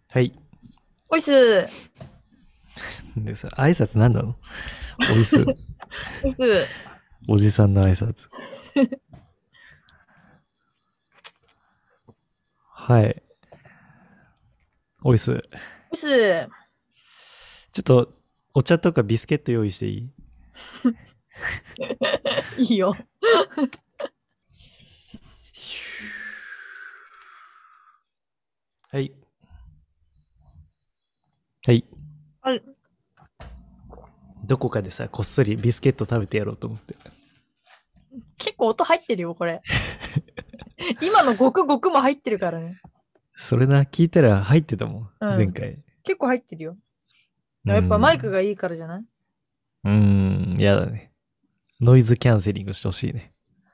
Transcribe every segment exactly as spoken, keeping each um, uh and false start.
はい。 おいっす。 でさ、挨拶何なの？おいす。 おいっす。 おじさんの挨拶。はい。おいす。 おいっす。 ちょっと、お茶とかビスケット用意していい？ いいよ。 はい。はい。 あれ、 どこかでさ、こっそりビスケット食べてやろうと思って。 結構音入ってるよ、これ。今のゴクゴクも入ってるからね。 それな、聞いたら入ってたもん。 うん。 前回。 結構入ってるよ。 うーやっぱマイクん。 がいいからじゃない？ うーん。やだね。ノイズキャンセリングしてほしいね。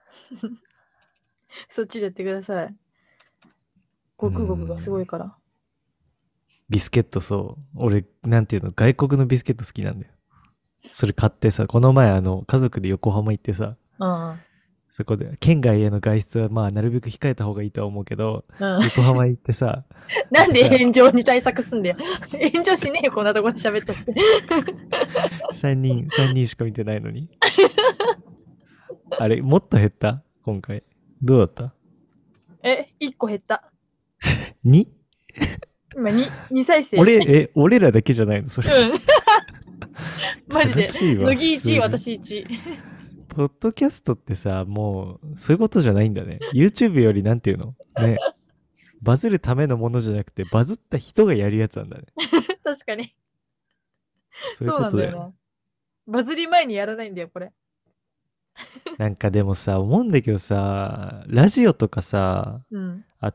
そっちでやってください。 うーゴクゴクがすごいん。 から。 ビスケットそう。俺、なんていうの、外国のビスケット好きなんだよ。それ買ってさ、この前あの、家族で横浜行ってさ、 うんうん。 そこで、県外への外出はまあ、なるべく控えた方がいいとは思うけど、 うん。 横浜行ってさ、 なんででさ、 炎上に対策すんだよ。炎上しねえよ、こんなとこで喋ったって。 さんにん、さんにんしか見てないのに。あれ、もっと減った今回。どうだった？ え、いっこ減った？ に？ 今に、に再生。 俺、え、俺らだけじゃないのそれ？ うん。マジで。 悲しいわ、普乃木いち、 通に。 私いち。 ポッドキャストってさ、もう、そういうことじゃないんだね。YouTube よりなんていうのね。バズるためのものじゃなくて、バズった人がやるやつなんだね。 確かに。 そういうそうことだよね。 なんだよな。バズり前にやらないんだよ、これ。 なんかでもさ、思うんだけどさ、ラジオとかさ、 うん。 あ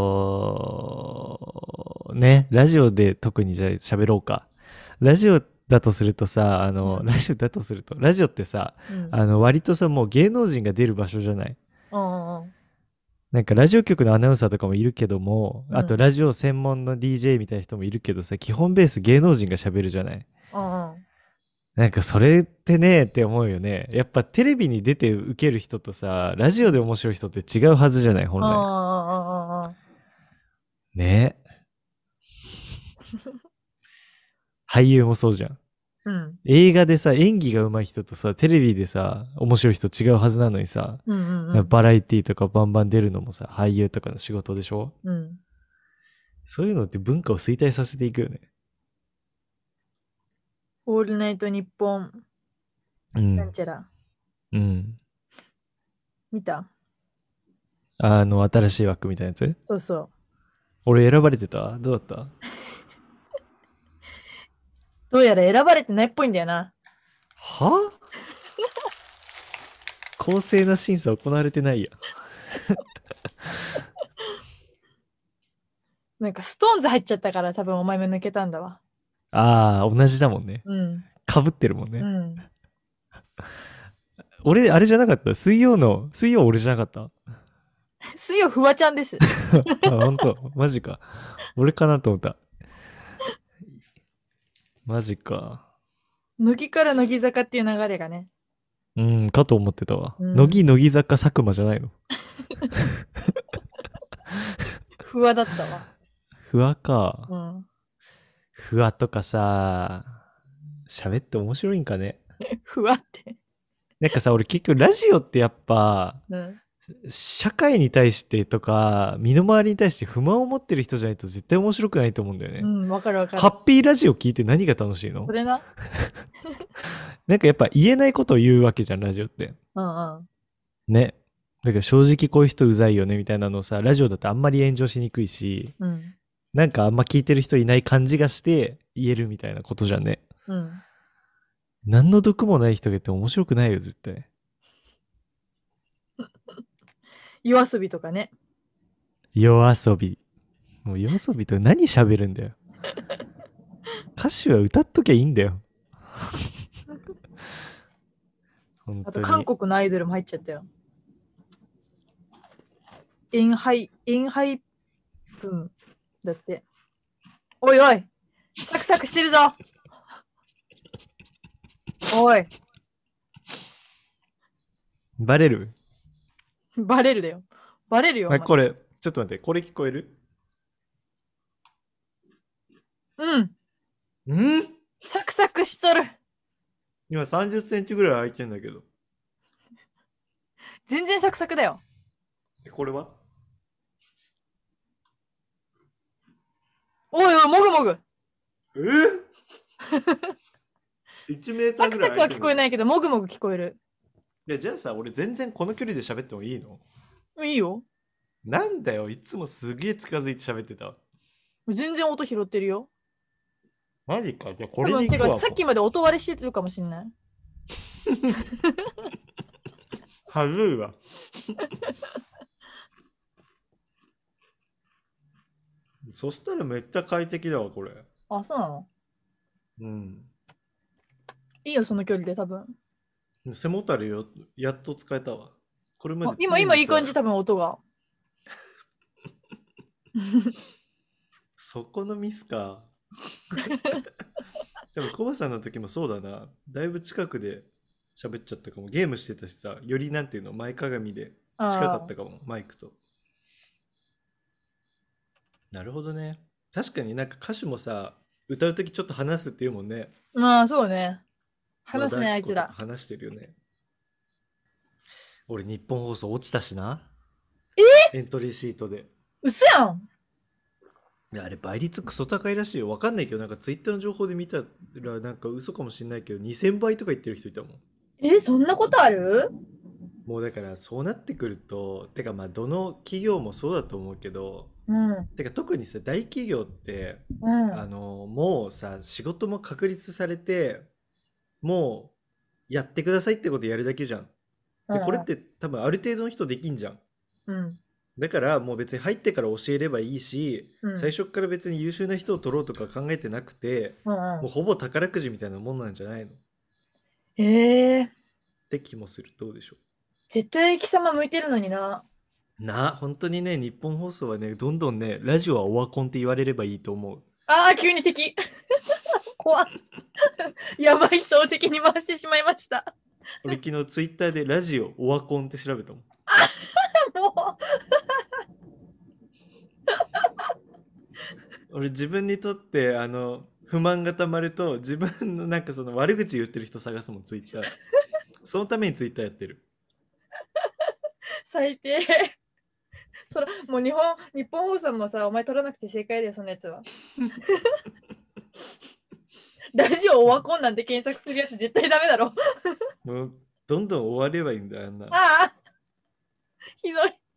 と、ね、ラジオで特にじゃあ喋ろうか。ラジオだとするとさ、あの、 うん。 ラジオだとすると、ラジオってさ、 うん。 あの、割とさ、もう芸能人が出る場所じゃない。 うんうんなんかラジオ局のアナウンサーとかもいるけども、 うん。うん。 あとラジオ専門の ディージェー みたいな人もいるけどさ、基本ベース芸能人が喋るじゃない。 うんうん。 なんかそれってねって思うよね。やっぱテレビに出て受ける人とさ、ラジオで面白い人って違うはずじゃない、 うんう本来。 んうんうん。 ね。俳優もそうじゃん。 うん。 映画でさ、演技が上手い人とさ、テレビでさ、面白い人違うはずなのにさ、 うんうんうん。 バラエティとかバンバン出るのもさ、俳優とかの仕事でしょ？ うん。 そういうのって文化を衰退させていくよね。 オールナイトニッポン、 うん。 なんちゃら。 うん。 見た？ あの、新しい枠みたいなやつ？ そうそう。 俺選ばれてた？どうだった？ どうやら選ばれてないっぽいんだよな。 は？公正な審査行われてないや。 なんかストーンズ入っちゃったから多分お前も抜けたんだわ。 ああ、同じだもんね。 うん。 被ってるもんね。 うん。 俺、あれじゃなかった？水曜の、水曜俺じゃなかった？ 水曜フワちゃんです。 あ、ほんと。マジか。俺かなと思った。マジか。 乃木から乃木坂っていう流れがね。 うん、かと思ってたわ。 うん。 乃木乃木坂佐久間じゃないの？ フワだったわ。 ふわか。 うん。 ふわとかさ、喋って面白いんかね。 フワって。 なんかさ、俺結局ラジオってやっぱ、 うん。 社会に対してとか、身の回りに対して不満を持ってる人じゃないと絶対面白くないと思うんだよね。 うん、わかるわかる。 ハッピーラジオ聞いて何が楽しいの？ それな。 なんかやっぱ言えないことを言うわけじゃん、ラジオって。 うんうん。 ね。だから正直こういう人うざいよねみたいなのをさ、ラジオだとあんまり炎上しにくいし、 うん。 なんかあんま聞いてる人いない感じがして言えるみたいなことじゃんね。 うん。 何の毒もない人が言って面白くないよ、絶対。 夜遊びとかね。 夜遊び。もう夜遊びと何喋るんだよ。歌詞は歌っときゃいいんだよ。本あと韓当に。 国のアイドルも入っちゃったよ。エンハイ、エンハイプンだって。おいおい、サクサクしてるぞ。おい、 バレる？ バレるだよ。バレるよ、おあ、 前。 これ、ちょっと待って、これ聞こえる？ うん。 んサクサクしとる。 今さんじゅっセンチぐらい空いてんだけど。 全然サクサクだよ。 えこれはおいおい、もぐもぐ。 え ?いち メーターぐらいサクサクは空いてんだけど。 聞こえないけど、もぐもぐ聞こえる。 いや、じゃあさ、俺全然この距離で喋ってもいいの？ いいよ。 なんだよ、いつもすげえ近づいて喋ってたわ。 全然音拾ってるよ。 マジか。じゃあこ多分、てか、 れでいくわ、もさっきまで音割れしてるかもしんない。 う。はずいわ。そしたらめっちゃ快適だわ、これ。 あ、そうなの？ うん。 いいよ、その距離で多分。 背もたれよ、やっと使えたわ。これまであ今、今常にさ、 いい感じ、多分音が。 そこのミスか。でもコバさんの時もそうだな。だいぶ近くで喋っちゃったかも。ゲームしてたしさ、よりなんていうの、前かがみで近かあったかも、マイクと。なるほどね。確かになんか歌手もさ、歌う時ちょっと話すっていうもんね。 あ、まあ、そうね。 和話すね、あ田アキ子とかいつら。 話してるよね。俺日本放送落ちたしな。 え、 エントリーシートで。 嘘やん。 であれ倍率クソ高いらしいよ。わかんないけど、なんかツイッターの情報で見たらなんか嘘かもしんないけど、にせんばいとか言ってる人いたもん。 え、そんなことある？ もうだからそうなってくると、てかまあどの企業もそうだと思うけど、 うん、 てか特にさ大企業ってうん、 あのもうさ仕事も確立されてもうやってくださいってことやるだけじゃん。 うん、 でこれって多分ある程度の人できんじゃん。 うん、 だからもう別に入ってから教えればいいし、 うん、 最初から別に優秀な人を取ろうとか考えてなくて、 うん、うもうほぼ宝くじみたいなもんなんじゃないのっん。ええ、 て気もする。どうでしょ絶対貴様向いてるのにな。 う。なあ、本当にね、日本放送はね、どんどんね、ラジオはオワコンって言われればいいと思う。 ああ、急に敵。怖っ。やばい人を敵に回してしまいました。 俺昨日ツイッターでラジオオワコンって調べたもん。 も俺自分にとってあの不満がたまると自分のなんかその悪口言ってる人探すもんツイッター。そのためにツイッターやってる。 う、最低。そら、もう日本、日本放送もさ、お前取らなくて正解だよ、そのやつは。ラジオオワコンなんて検索するやつ絶対ダメだろ。 もうどんどん終わればいいんだよあんな。 ああ、ひどい。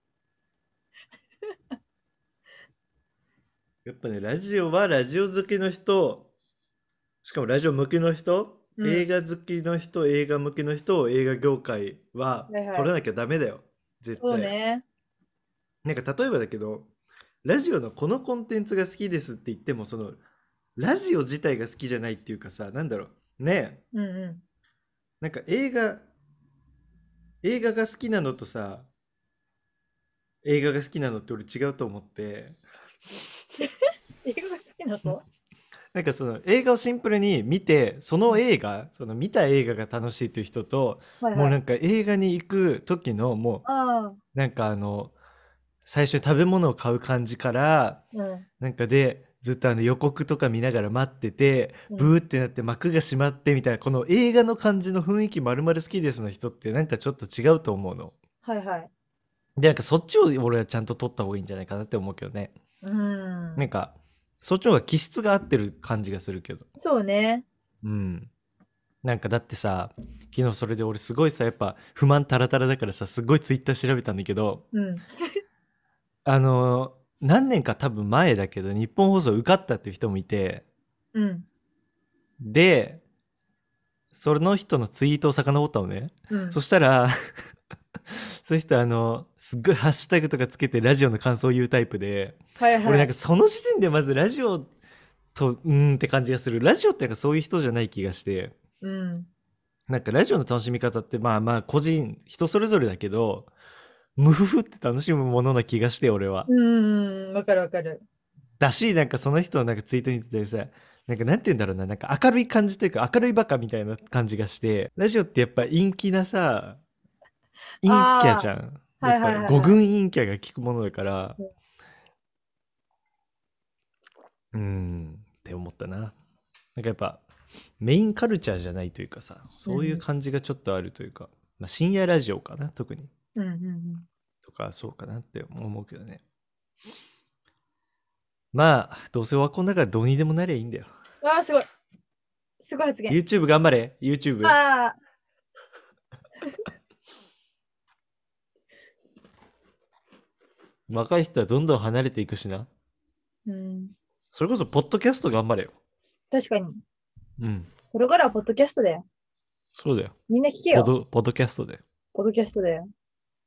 やっぱねラジオはラジオ好きの人、しかもラジオ向けの人、 うん。 映画好きの人、映画向けの人、映画業界ははいはい。 取らなきゃダメだよ絶対。 そうね。 なんか例えばだけど、ラジオのこのコンテンツが好きですって言っても、そのラジオ自体が好きじゃないっていうかさ、なんだろうねえ、 うんうなんか映画映画が好きなのとさ、映画が好きなのって俺違うと思って、 ん。映画が好きなと？ なんかその映画をシンプルに見て、その映画、その見た映画が楽しいという人と、 はいはい。 もうなんか映画に行く時のもああ、 う、なんかあの、最初に食べ物を買う感じから、 うん、 なんかで、ずっとあの予告とか見ながら待ってて、 うん。 ブーってなって幕が閉まってみたいな、この映画の感じの雰囲気丸々好きですの人ってなんかちょっと違うと思うの。 はいはい。 で、なんかそっちを俺はちゃんと取った方がいいんじゃないかなって思うけどね。 うん。 なんか、そっちの方が気質が合ってる感じがするけど。 そうね。 うん。なんかだってさ、昨日それで俺すごいさ、やっぱ不満タラタラだからさ、すごいツイッター調べたんだけど、 うん。 あのー何年か多分前だけど、日本放送受かったっていう人もいて、 うん。 で、その人のツイートを遡ったのね。 うん。 そしたらそういう人あの、すっごいハッシュタグとかつけてラジオの感想を言うタイプで、俺なんかはいはい。 その時点でまずラジオと、うーんって感じがする。ラジオってなんかそういう人じゃない気がして、 うん。 なんかラジオの楽しみ方ってまあまあ個人、人それぞれだけど、ムフフって楽しむものな気がして、俺は。 うん。わかるわかる。 だし、なんかその人のなんかツイート見ててさ、なんかなんて言うんだろうな、なんか明るい感じというか明るいバカみたいな感じがして、ラジオってやっぱ陰気なさ、陰キャあじゃん。 あ、はいはいやっぱはいはい。 五軍陰キャが聞くものだから、 うん。 うーん、っって思ったな。なんかやっぱメインカルチャーじゃないというかさ、そういう感じがちょっとあるというか、まあ、深夜ラジオかな、特に。 うんうんうん。 とか、そうかなって思うけどね。まあ、どうせワコンだからどうにでもなりゃいいんだよ。 わあ、すごい。すごい発言。 YouTube 頑張れ !YouTube。 ああ。 若い人はどんどん離れていくしな。 うん。 それこそ、ポッドキャスト頑張れよ。 確かに。 うん。 これからはポッドキャストだよ。 そうだよ。 みんな聞けよ。 ポド、ポッドキャストで。 ポッドキャストだよ。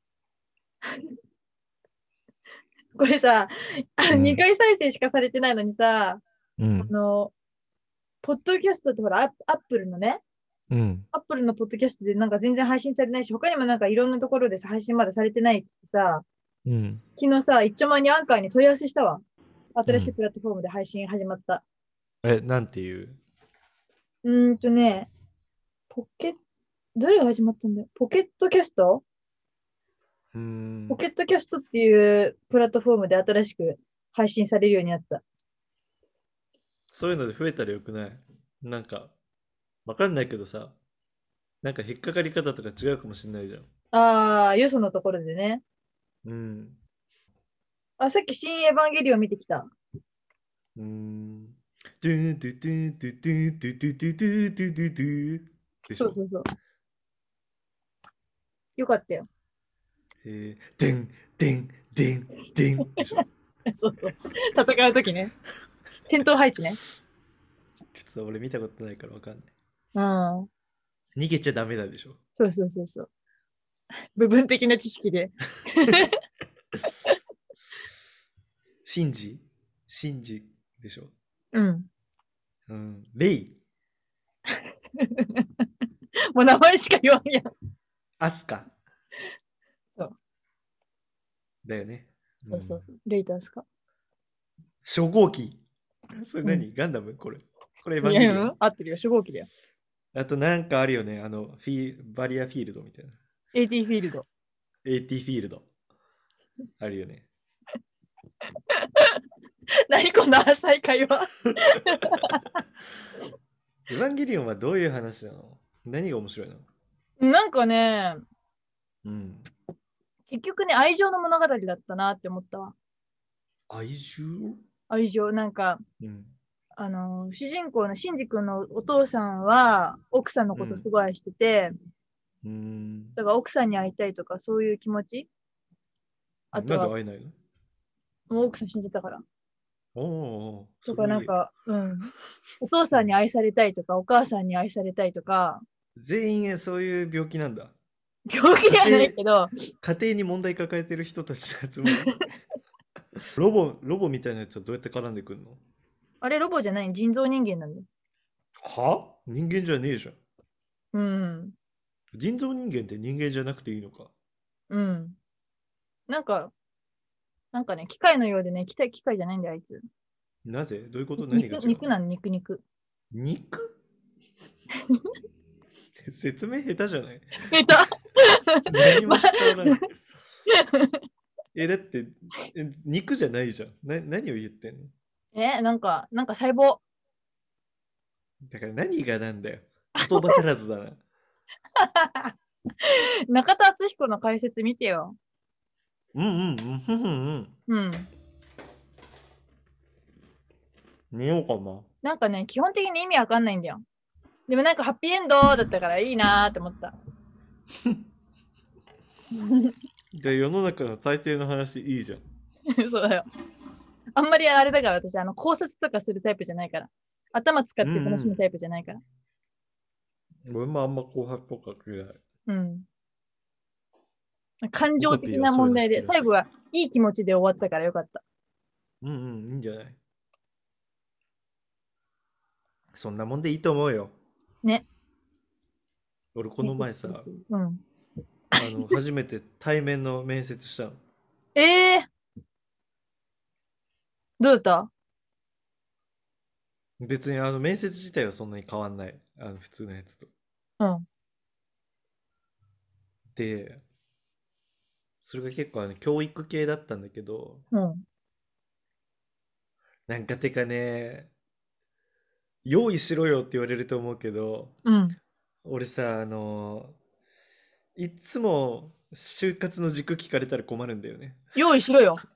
これさ、 うん、 にかい再生しかされてないのにさ、 うん。 あの、ポッドキャストってほら、アアップルのね、 うん。 アップルのポッドキャストでなんか全然配信されないし、他にもなんかいろんなところでさ配信まだされてないっつってさ、 うん。 昨日さ、一丁前にアンカーに問い合わせしたわ。新しいうん。 プラットフォームで配信始まった。 え、なんていう。 うーんとね、ポケ、どれが始まったんだよ。ポケットキャストうーん。 ポケットキャストっていうプラットフォームで新しく配信されるようになった。 そういうので増えたらよくない？なんか、わかんないけどさ、なんか引っかかり方とか違うかもしんないじゃん。 ああ、よそのところでね。 うん。 あ、さっき新エヴァンゲリオン見てきた。 うーん。ドゥンドゥドゥンドゥドゥドゥドゥドゥドゥドゥドゥドゥでしょ。 そうそうそう。よかったよ。 えー、デン、デン、デン、デンでしょ。 そうそう。戦うときね。戦闘配置ね。 ちょっと俺見たことないからわかんない。 うん。 逃げちゃダメだでしょ。 そうそうそうそう。部分的な知識で。 シンジシンジでしょ。 うん。 うん。レイ、 もう名前しか言わんやん。 アスカそう。 だよね。うん。 そうそうそう。レイタースか。 初号機。それうん。 何ガンダムこれ。これエヴァいやいや、 ンゲリオン。 合ってるよ。初号機だよ。 あとなんかあるよね。あの、フィーバリアフィールドみたいな。 エーティー フィールド。 エーティー フィールド。あるよね。 何こんな浅い会話。 エヴァンゲリオンはどういう話なの？何が面白いの？ なんかね、 うん。 結局ね、愛情の物語だったなって思ったわ。 愛情？ 愛情。なんか、 うん。 あのー主人公のシンジ君のお父さんは奥さんのことすごい愛してて、 うん。うーん。 だから奥さんに会いたいとかそういう気持ち。あとなんでは、 会えないの？ もう奥さん死んでたから。 おおー、 とそれいい。 かなんか、うん。お父うん。 さんに愛されたいとか、お母さんに愛されたいとか、 全員そういう病気なんだ。 病気ではない家けど、 庭、家庭に問題抱えてる人たちの集まり。ロボ、ロボみたいなやつはどうやって絡んでくんの？ あれロボじゃない人造人間なんだよ。 は人間じゃねえじゃん。 うん。 人造人間って人間じゃなくていいのか？ うん。なんか、なんかね、機械のようでね、機械、機械じゃないんだよ、あいつ。 なぜ？どういうこと？何が肉、 違うの？ 肉なん、肉肉。 肉？説明下手じゃない？ えっと、 何ま、 も伝わらない。え、だって、え肉じゃないじゃん。な、何を言ってんの？ え、なんか、なんか細胞。 だから何がなんだよ。言葉足らずだな。 中田敦彦の解説見てよ。 うんうんうんふんふんうん。 うん。 見ようかな。 なんかね、基本的に意味わかんないんだよ。でもなんかハッピーエンドだったからいいなーって思った。 じゃあ世の中の大抵の話いいじゃん。 そうだよ。あんまりあれだから私、あの考察とかするタイプじゃないから。頭使っうんて楽しむタイプじゃないから。 うん。俺もあんま後発とかくらい。 うん。感オカ情的ピーはそういうのな問題で、 好きらしい。 最後はいい気持ちで終わったからよかった。 うんうん、いいんじゃない？そんなもんでいいと思うよ。 ね。 俺この前さ、 うん。 あの、初めて対面の面接したの。 ええー、どうだった？ 別にあの面接自体はそんなに変わんない。あの普通のやつと。 うん。 で、それが結構あの教育系だったんだけど、 うん。 なんかてかね、 用意しろよって言われると思うけど、 うん。 俺さ、あのいっつも就活の軸聞かれたら困るんだよね。 用意しろよ。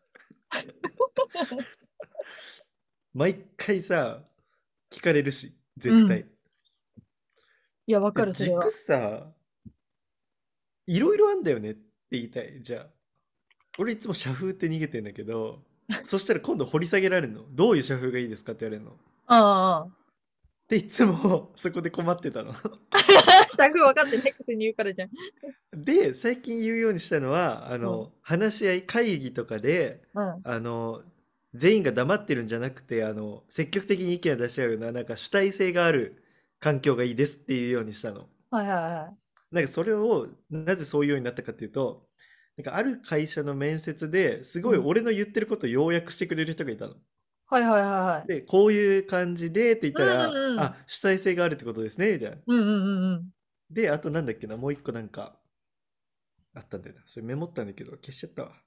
毎回さ、聞かれるし、 うん。 絶対。 いや、わかえ、 る、それ軸は。 さ、いろいろあんだよねって言いたい。じゃあ。俺いつも社風って逃げてんだけど、そしたら今度掘り下げられるの。どういう社風がいいですかって言われるの。 ああ。 で、いつもそこで困ってたの。 尺分かってないくせに言うからじゃん。 で、最近言うようにしたのは、あうん。 の、話し合い、会議とかで、 うん。 あの、全員が黙ってるんじゃなくて、あの、積極的に意見を出し合うような、なんか主体性がある環境がいいですっていうようにしたの。 はいはいはい。 なんかそれを、なぜそういうようになったかっていうと、なんかある会社の面接ですごいうん。 俺の言ってることを要約してくれる人がいたの。 はいはいはいはい。 で、こういう感じでって言っうんたら、 うんうん。 あ、主体性があるってことですね、みたいな。 うんうんうんうん。 で、あとなんだっけな、もう一個なんかあったんだよな。それメモったんだけど、消しちゃったわ。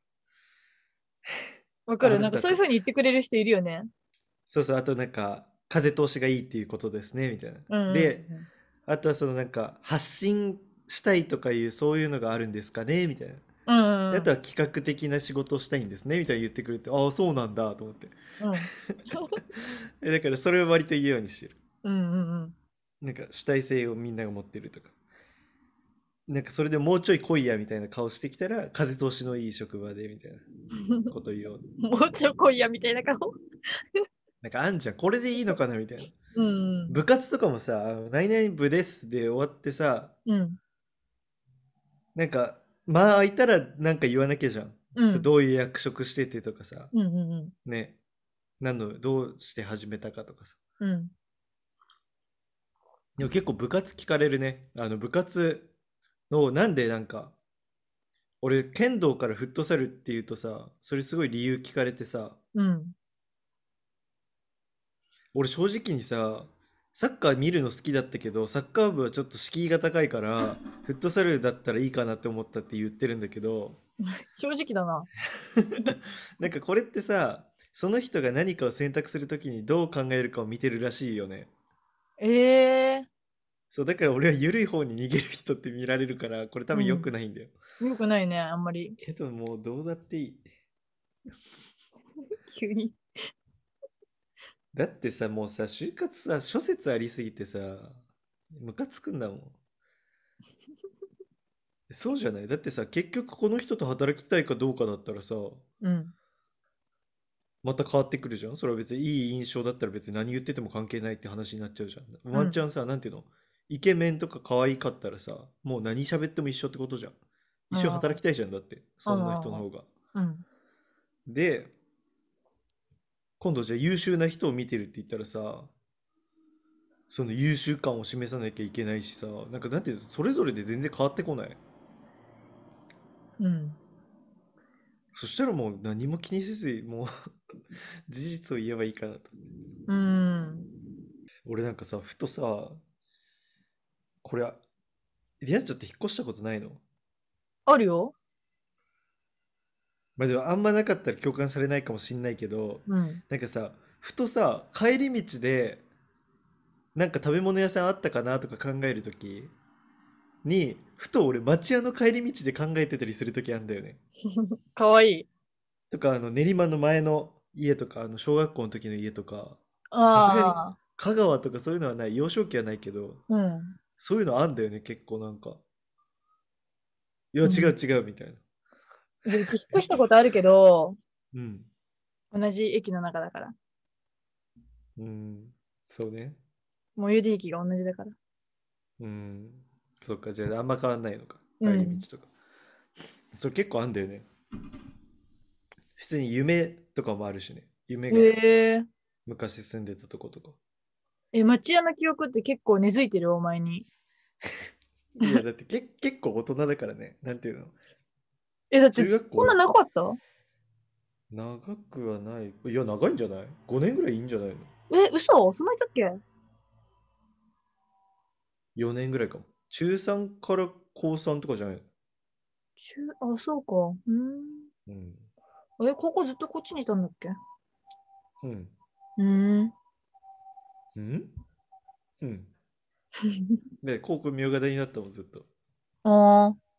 あ、 わかる。なんかそういうあったあった。 風に言ってくれる人いるよね。 そうそう、あとなんか、風通しがいいっていうことですね、みたいな。 うんうんで、あとはそのなんか、発信したいとかいう、そういうのがあるんですかね、みたいな。 うん。 で、あうんうんとは企画的な仕事をしたいんですね、みたいな言ってくれて、ああ、そうなんだ、と思って。 うん。 えだからそれを割と言うようにしてる。 うんうんうん。 なんか主体性をみんなが持ってるとか。なんかそれでもうちょい来いやみたいな顔してきたら、風通しのいい職場でみたいなこと言おう。 もうちょこいやみたいな顔。 なんかあんじゃん、これでいいのかなみたいな。 うんうん。 部活とかもさ、あの何々部ですで終わってさ、 うん。 なんか、まあ空いたらなんか言わなきゃじゃん。それうん。 どういう役職しててとかさ、 うんうんうん。 ね、何の、どうして始めたかとかさ。 うん。 でも結構部活聞かれるね。あの部活の、なんでなんか、俺、剣道からフットサルって言うとさ、それすごい理由聞かれてさ、 うん。 俺正直にさ、サッカー見るの好きだったけど、サッカー部はちょっと敷居が高いから、フットサルだったらいいかなって思ったって言ってるんだけど、 正直だな。 なんかこれってさ、その人が何かを選択するときにどう考えるかを見てるらしいよね。 ええそう、だから俺は緩い方に逃げる人って見られるから、これ多分良ー。 くないんだよ。 うん。よくないね、あんまり。 けどもうどうだっていい。 急に。 だってさ、もうさ、就活さ、諸説ありすぎてさ、ムカつくんだもん。そうじゃないだってさ、結局この人と働きたいかどうかだったらさ、 うん。 また変わってくるじゃん。それは別にいい印象だったら別に何言ってても関係ないって話になっちゃうじゃん。 うん。 ワンチャンさ、なんていうの、イケメンとか可愛かったらさ、もう何喋っても一緒ってことじゃん。一緒にあ働きたいじゃん、だって。 あ、 そんな人のあ方が。 あ、うん。 で、今度じゃあ優秀な人を見てるって言ったらさ、その優秀感を示さなきゃいけないしさ、なんかなんていうの、それぞれで全然変わってこない。 うん。 そしたらもう何も気にせず、もう事実を言えばいいかなと。 うん。 俺なんかさ、ふとさ、これ、リアンちょっと引っ越したことないの？ あるよ。 まあでもあんまなかったら共感されないかもしんないけど、 うん。 なんかさ、ふとさ、帰り道で、なんか食べ物屋さんあったかなとか考えるときに、ふと俺町屋の帰り道で考えてたりするときあんだよね。 かわいい。 とか、あの練馬の前の家とか、あの小学校の時の家とか、さすがにああ、 香川とかそういうのはない、幼少期はないけど、 うん。 そういうのあんだよね、結構なんか。いや、 うん。 違う違うみたいな。 で、うち引っ越したことあるけど、 うん。 同じ駅の中だから。 うん。そうね。 最寄り駅が同じだから。 うん。そっか、じゃああんま変わんないのか。帰りうん。 道とか。それ結構あんだよね。普通に夢とかもあるしね。夢へがえ。 昔住んでたとことか。 え、町屋の記憶って結構根付いてるお前に。 いや、だってけ結構大人だからね。なんていうの。 え、だって、 中学校、 そんななかった？ 長くはない。いや、長いんじゃない？ ご 年ぐらいいいんじゃないの？ え、嘘そんないたっけ？ よ 年ぐらいかも。中さんから高さんとかじゃないの？ 中、あ、そうか。うん。 うん。 え、高校ずっとこっちにいたんだっけ？ うん。 うん。 うんうん。で、高校みょうが大になったもん、ずっと。 ああ、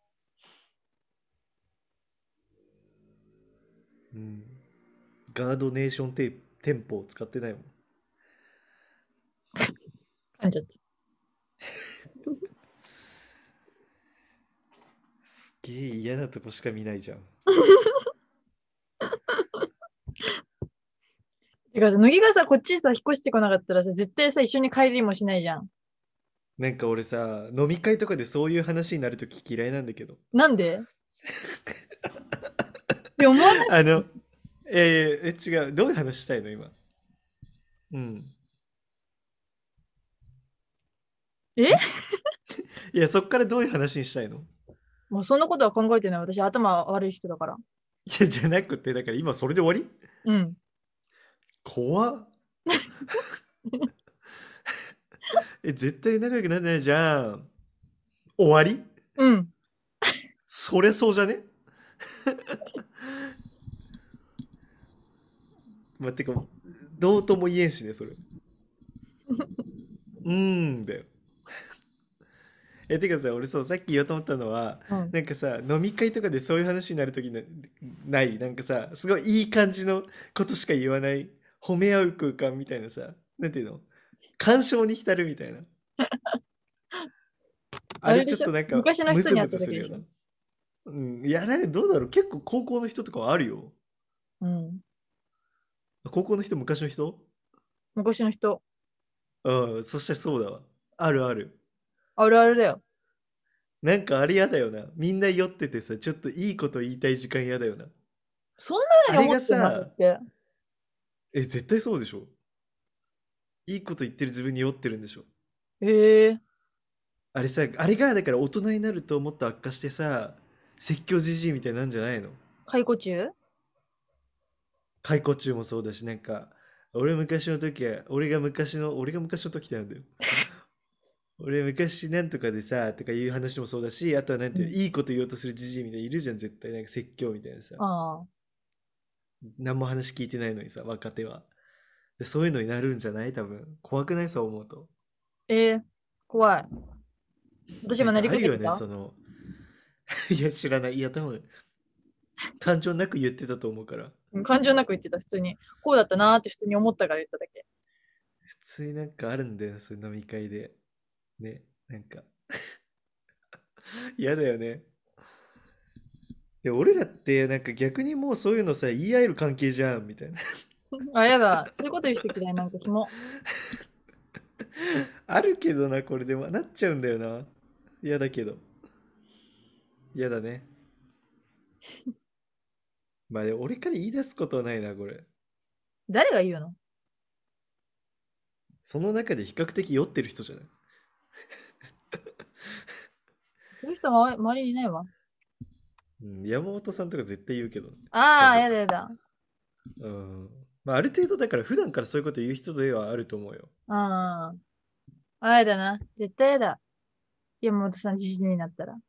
うん。ガードネーションテープ、店舗を使ってないもん。 噛んじゃった。 すっげえ嫌なとこしか見ないじゃん。 てかさ、乃木がさ、こっちにさ、引っ越してこなかったらさ、絶対さ、一緒に帰りもしないじゃん。 なんか俺さ、飲み会とかでそういう話になるとき嫌いなんだけど。 なんでって思わない？ あの、えー、え、違う。どういう話したいの今。うん。 えいや、そっからどういう話にしたいの？ もうそんなことは考えてない。私、頭悪い人だから。 いや、じゃなくて、だから今それで終わり？ うん。 怖っ。え、絶対仲良くなってないじゃん。終わり？ うん。 そりゃそうじゃね？まあ、てか、どうとも言えんしね、それ。うーんだよ。え、てかさ、俺そう、さっき言おうと思ったのは、 うん。 なんかさ、飲み会とかでそういう話になるときな、ないなんかさ、すごいいい感じのことしか言わない、褒め合う空間みたいなさ、なんていうの？感傷に浸るみたいな。あれちょっあれでしょ、 となんか、 昔の人に会っムズムた時でしょ。 ズするよな。うん、いや、なんかどうだろう。結構高校の人とかはあるよ。 うん。 高校の人、昔の人？ 昔の人。 うん、そしてそうだわ。あるある。 あるあるだよ。 なんかあれ嫌だよな。みんな酔っててさ、ちょっといいこと言いたい時間嫌だよな。 そんなあれが風に思ってなかっさ、 た。 え、絶対そうでしょ。いいこと言ってる自分に酔ってるんでしょ。 へえ。 あれさ、あれがだから大人になるともっと悪化してさ、説教じじいみたいになんじゃないの？ 解雇中？ 解雇中もそうだし、なんか、俺昔の時は、俺が昔の、俺が昔の時ってなんだよ。俺昔なんとかでさ、とかいう話もそうだし、あとはなんていう、 うん。 いいこと言おうとするじじいみたいにいるじゃん、絶対。なんか説教みたいなさ。 ああ。 何も話聞いてないのにさ、若手は。でそういうのになるんじゃない多分。怖くない？そう思うと。 えー、怖い。私なんもなりかあるよね、 かけてた？ その、いや、知らない。いや、多分、感情なく言ってたと思うから。 うん、感情なく言ってた。普通に。こうだったなーって普通に思ったから言っただけ。 普通になんかあるんだよ、そういう飲み会で。ね、なんか、嫌だよね。で、俺らってなんか逆にもうそういうのさ、言い合える関係じゃん、みたいな。 あ、やだ。そういうこと言う人嫌い。なんかキモ。 あるけどな、これでもなっちゃうんだよな。嫌だけど。嫌だね。まあ、でも俺から言い出すことはないな、これ。 誰が言うの？ その中で比較的酔ってる人じゃない？ そういう人は周りにいないわ。 うん、山本さんとか絶対言うけどね。多ああ、 分。 やだやだ。 うん。まあ、ある程度だから普段からそういうこと言う人ではあると思うよ。 ああ、あやだな。絶対やだ。山本さん自身になったら。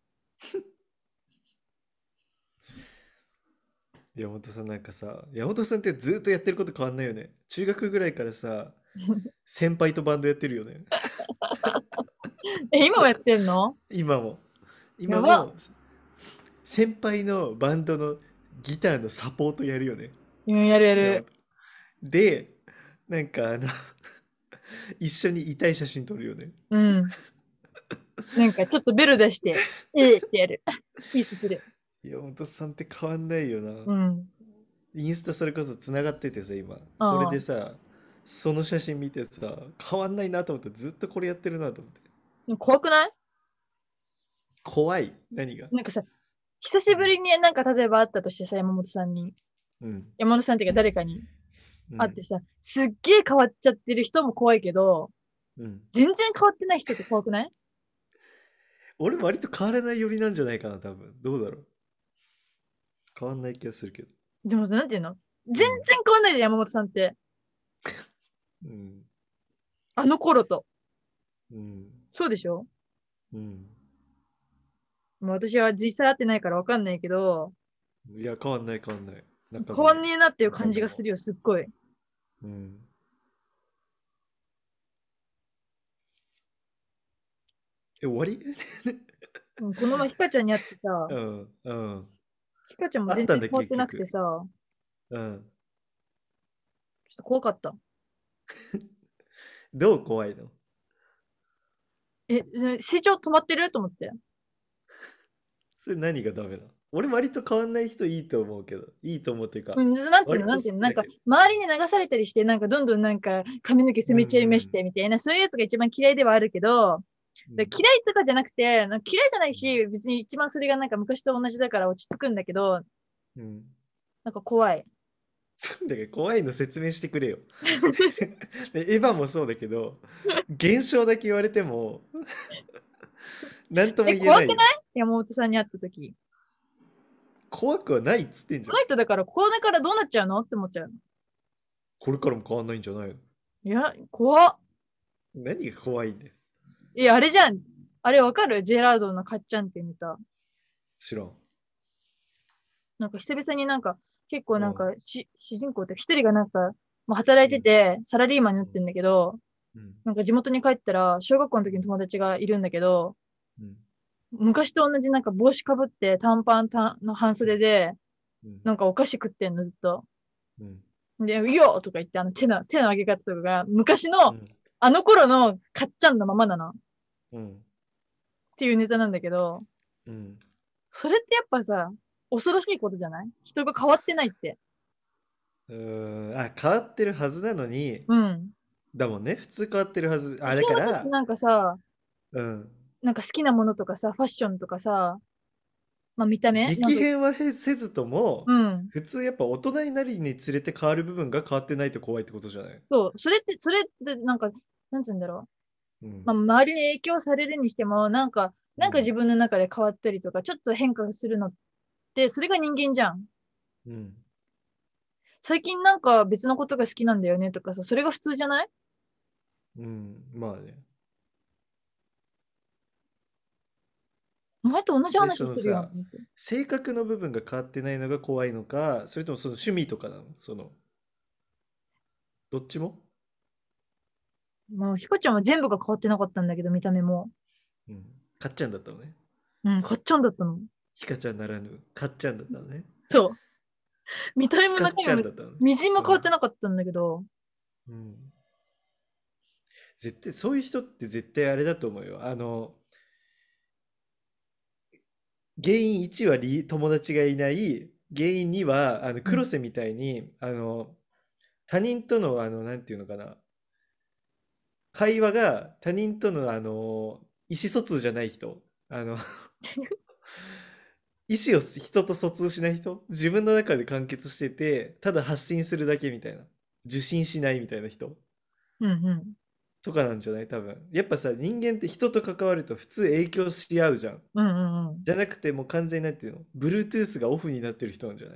山本さんなんかさ、山本さんってずっとやってること変わんないよね。中学ぐらいからさ、先輩とバンドやってるよね。 え、今もやってんの？ 今も。 やば。 今も先輩のバンドのギターのサポートやるよね。 うん、やるや山本。 る。 で、なんかあの一緒に痛い写真撮るよね。 うん。なんかちょっとベル出して、ええってやる。ピースする。 山本さんって変わんないよな。 うん。 インスタそれこそつながっててさ、今。それああ。 でさ、その写真見てさ、変わんないなと思ってずっとこれやってるなと思って。 でも怖くない？ 怖い。何が？ なんかさ、久しぶりになんか例えば会ったとしてさ、山本さんに。 うん。 山本さんっていうか誰かにうん。 会ってさ、すっげえ変わっちゃってる人も怖いけど、 うん。 全然変わってない人って怖くない？ 俺割と変わらない寄りなんじゃないかな、多分。どうだろう。変わんない気がするけど。 でもさ、なんていうの？全然うん。 変わんないで、山本さんって。 うん。 あの頃と。 うん。 そうでしょ？ うん。 もう私は実際会ってないからわかんないけど、 いや、変わんない変わんない。中身も変わんねえなっていう感見た目も。 じがするよ、すっごい。 うん。 え、終わり？ うんこの前、ひかちゃんに会ってさ、 うんうんひかちゃんも全あったんだ然変わってなくて結局。 さ、ちょうんっと怖かった。 どう怖いの？ え、で成長止まってると思って。 それ何がダメなの？俺割と変わんない人いいと思うけど、いいと思うっていうか、 うん、なんていうの、 割となんていうの、なんか、 好きだけど。 周りに流されたりして、なんか、どんどんなんか、髪の毛うん染みちゃいまして、みたいな、そういうやつが一番嫌いではあるけど、でうん嫌いとかじゃなくて、なんか嫌いじゃないうんし、別に一番それがなんか昔と同じだから落ち着くんだけど、 うん。 なんか怖い。 だから怖いの説明してくれよ。でエヴァもそうだけど、現象だけ言われても何ともえ、 言えないよ。 怖くない山本さんに会った時。 怖くはないっつってんじゃん。 この人だから、これからどうなっちゃうのって思っちゃう。 これからも変わんないんじゃないの？ いや、怖っ。 何が怖いんだよ。 いや、あれじゃん。あれわかるジェラードンのかっちゃんってネタ。 知らん。 なんか久々になんか、結構なんうんかし、主人公って一人がなんか、まあ、働いてて、サラリーマンになってんだけど、 うんなんか地元に帰ったら、小学校の時の友達がいるんだけど、 うん昔と同じなんか帽子かぶって短パンたの半袖で、 うんなんかお菓子食ってんのずっと。 うんで、いいよとか言って、あの手の、手の上げ方とかが、昔の、 うんあの頃のかっちゃんのままなの。っうんていうネタなんだけど、 うんそれってやっぱさ、恐ろしいことじゃない人が変わってないって。 うーんあ変わってるはずなのにうん。 だもんね。普通変わってるはず。あだそれからはだってなんかさ、 うんなんか好きなものとかさ、ファッションとかさ、まあ見た目なんか、 激変はへせずともうん。 普通やっぱ大人になりにつれて変わる部分が変わってないと怖いってことじゃない？ そう。それって、それってなんか、なんつうんだろう。まあうん周りに影響されるにしても、なんか、なんかうん自分の中で変わったりとか、ちょっと変化するのって、それが人間じゃん。 うん最近なんか別のことが好きなんだよねとかさ、それが普通じゃない？ うんまあね。 お前と同じで話してるやん。 そのさ性格の部分が変わってないのが怖いのか、それともその趣味とかなの？そのどっちも？ まあ、ひかちゃんは全部が変わってなかったんだけど、見た目も。 うんかっちゃんだったのね。 うん、かっちゃんだったの。 ひかちゃんならぬかっちゃんだったのね。 そう。見た目ひかっも中身もちゃんだったのね。 みじんも変わってうんなかったんだけど、 うん絶対そういう人って絶対あれだと思うよ。あの原因いちは理友達がいない、原因にはあのうん。 黒瀬みたいにあの他人とのあのなんていうのかな、会話が他人とのあの意思疎通じゃない人、あの意思を人と疎通しない人、自分の中で完結しててただ発信するだけみたいな、受信しないみたいな人うんうん。 とかなんじゃない？多分やっぱさ、人間って人と関わると普通影響し合うじゃん。 うんうんうん。 じゃなくてもう完全になんていうの Bluetooth がオフになってる人なんじゃない？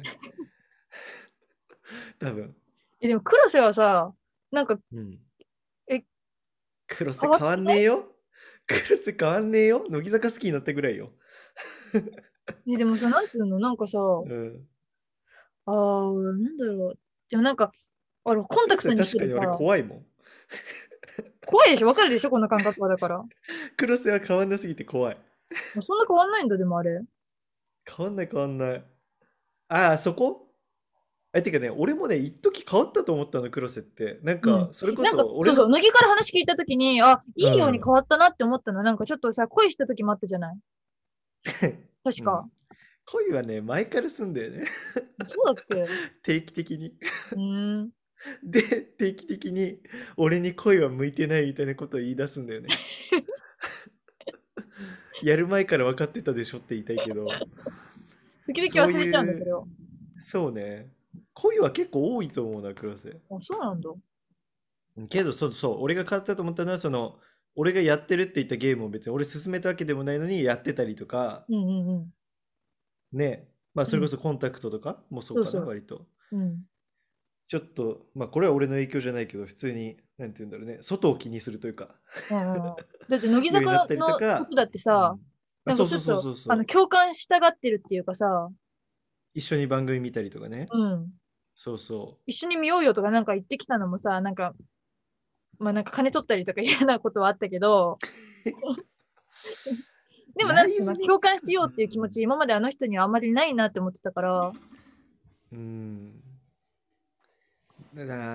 多分。 え、でも黒瀬はさ、なんか、 うんえ、 黒瀬変わっ変わんねえよ。黒瀬変わんねえよ。乃木坂好きになったぐらいよ。 え、でもさ、なんていうのなんかさ、 うん。 あー、なんだろう。でもなんか、あの、コンタ黒クトにし瀬確かに俺てるさ、 怖いもん。 怖いでしょわかるでしょこの感覚はだから。 黒瀬は変わんなすぎて怖い。 そんな変わんないんだ、でもあれ。 変わんない変わんない。ああ、そこえ、てかね、俺もね、一時変わったと思ったの、黒瀬って。なんか、 うん。 それこなんか、 そ、俺の、 そうそう、乃木から話聞いたときに、あ、いいように変うん。 わったなって思ったの。なんかちょっとさ、恋したときもあったじゃない確か。 うん。恋はね、前からすんだよね。 そうだっけう定期的に。 ーん。 で、定期的に、俺に恋は向いてないみたいなことを言い出すんだよね。やる前から分かってたでしょって言いたいけど、 時々 そう忘れちゃうんだ、 いう、 それを。 そうね。恋は結構多いと思うな、黒瀬。 あ、そうなんだ。 けど、そうそう、俺が変わったと思ったのは、その、俺がやってるって言ったゲームを別に俺進めたわけでもないのにやってたりとか、 うんうんうん。 ね、まあうん。 それこそコンタクトとかもそうかな、 そうそ割と。 う。うん。 ちょっと、まあこれは俺の影響じゃないけど、普通に、なんて言うんだろうね、外を気にするというか、 うんうんうん。だって、乃木坂ようになったりとか、 のことだってさ、 うん。あ、 なんそうそうそうかちょっと、あの、 そうそう。 共感したがってるっていうかさ、 一緒に番組見たりとかね。 うん。 そうそ一緒に見ようよとかなんか言ってきたのもさ、なんか、まあなんか金取ったりとか嫌なことはあったけど、 でもなんていうの、 ライブに、 共感しようっていう気持ち、今まであの人にはあまりないなって思ってたから。 うん。だから、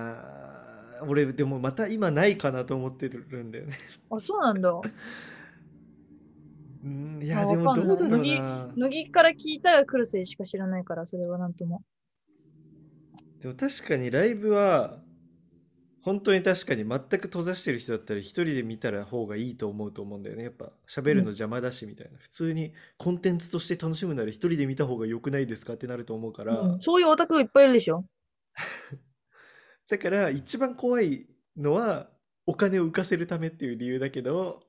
俺、でもまた今ないかなと思ってるんだよね。 あ、そうなんだ。 うん、いあ、 や、でわかんない。 もどうだろう乃木、 な。 乃木から聞いたら黒瀬しか知らないから、それはなんとも。 でも確かにライブは、本当に確かに全く閉ざしてる人だったら一人で見たら方がいいと思うと思うんだよね。やっぱ喋るのうん。 邪魔だしみたいな。普通にコンテンツとして楽しむなら一人で見た方が良くないですかってなると思うかうん。 ら。 そういうオタクいっぱいいるでしょ。 だから一番怖いのはお金を浮かせるためっていう理由だけど、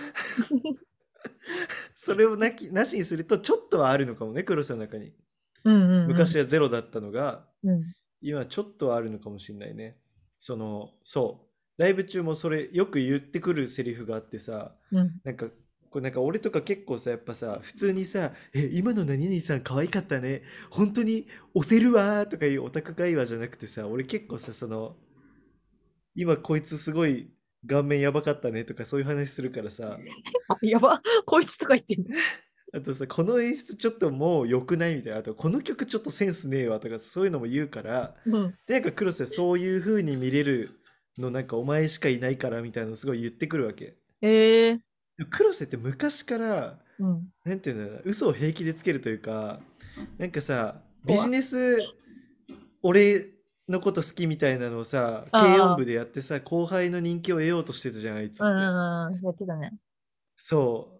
それをなき、なしにするとちょっとはあるのかもね、クロスの中に。 うんうんうん。 昔はゼロだったのが、 うん。 今ちょっとはあるのかもしれないね。その、そう。ライブ中もそれよく言ってくるセリフがあってさ、 うん。 なんか、こうなんか俺とか結構さ、やっぱさ、普通にさ、え、今の何々さん可愛かったね。本当に押せるわーとかいうオタク会話じゃなくてさ、俺結構さ、その、今こいつすごい顔面やばかったねとかそういう話するからさ、 あ、やば。こいつとか言ってんの。 あとさ、この演出ちょっともう良くないみたいな、あとこの曲ちょっとセンスねえわとかそういうのも言うから、 うん。 で、なんかクロスでそういう風に見れるのなんかお前しかいないからみたいなのすごい言ってくるわけ。 ええー。 でもクロスって昔から、 うん。 なんていうんだろうな、嘘を平気でつけるというか、なんかさ、ビジ怖。 ネス、俺のこと好きみたいなのをさ、軽音ああ。 部でやってさ、後輩の人気を得ようとしてたじゃん、あいつうんって。 うんうん。やってたね。 そう、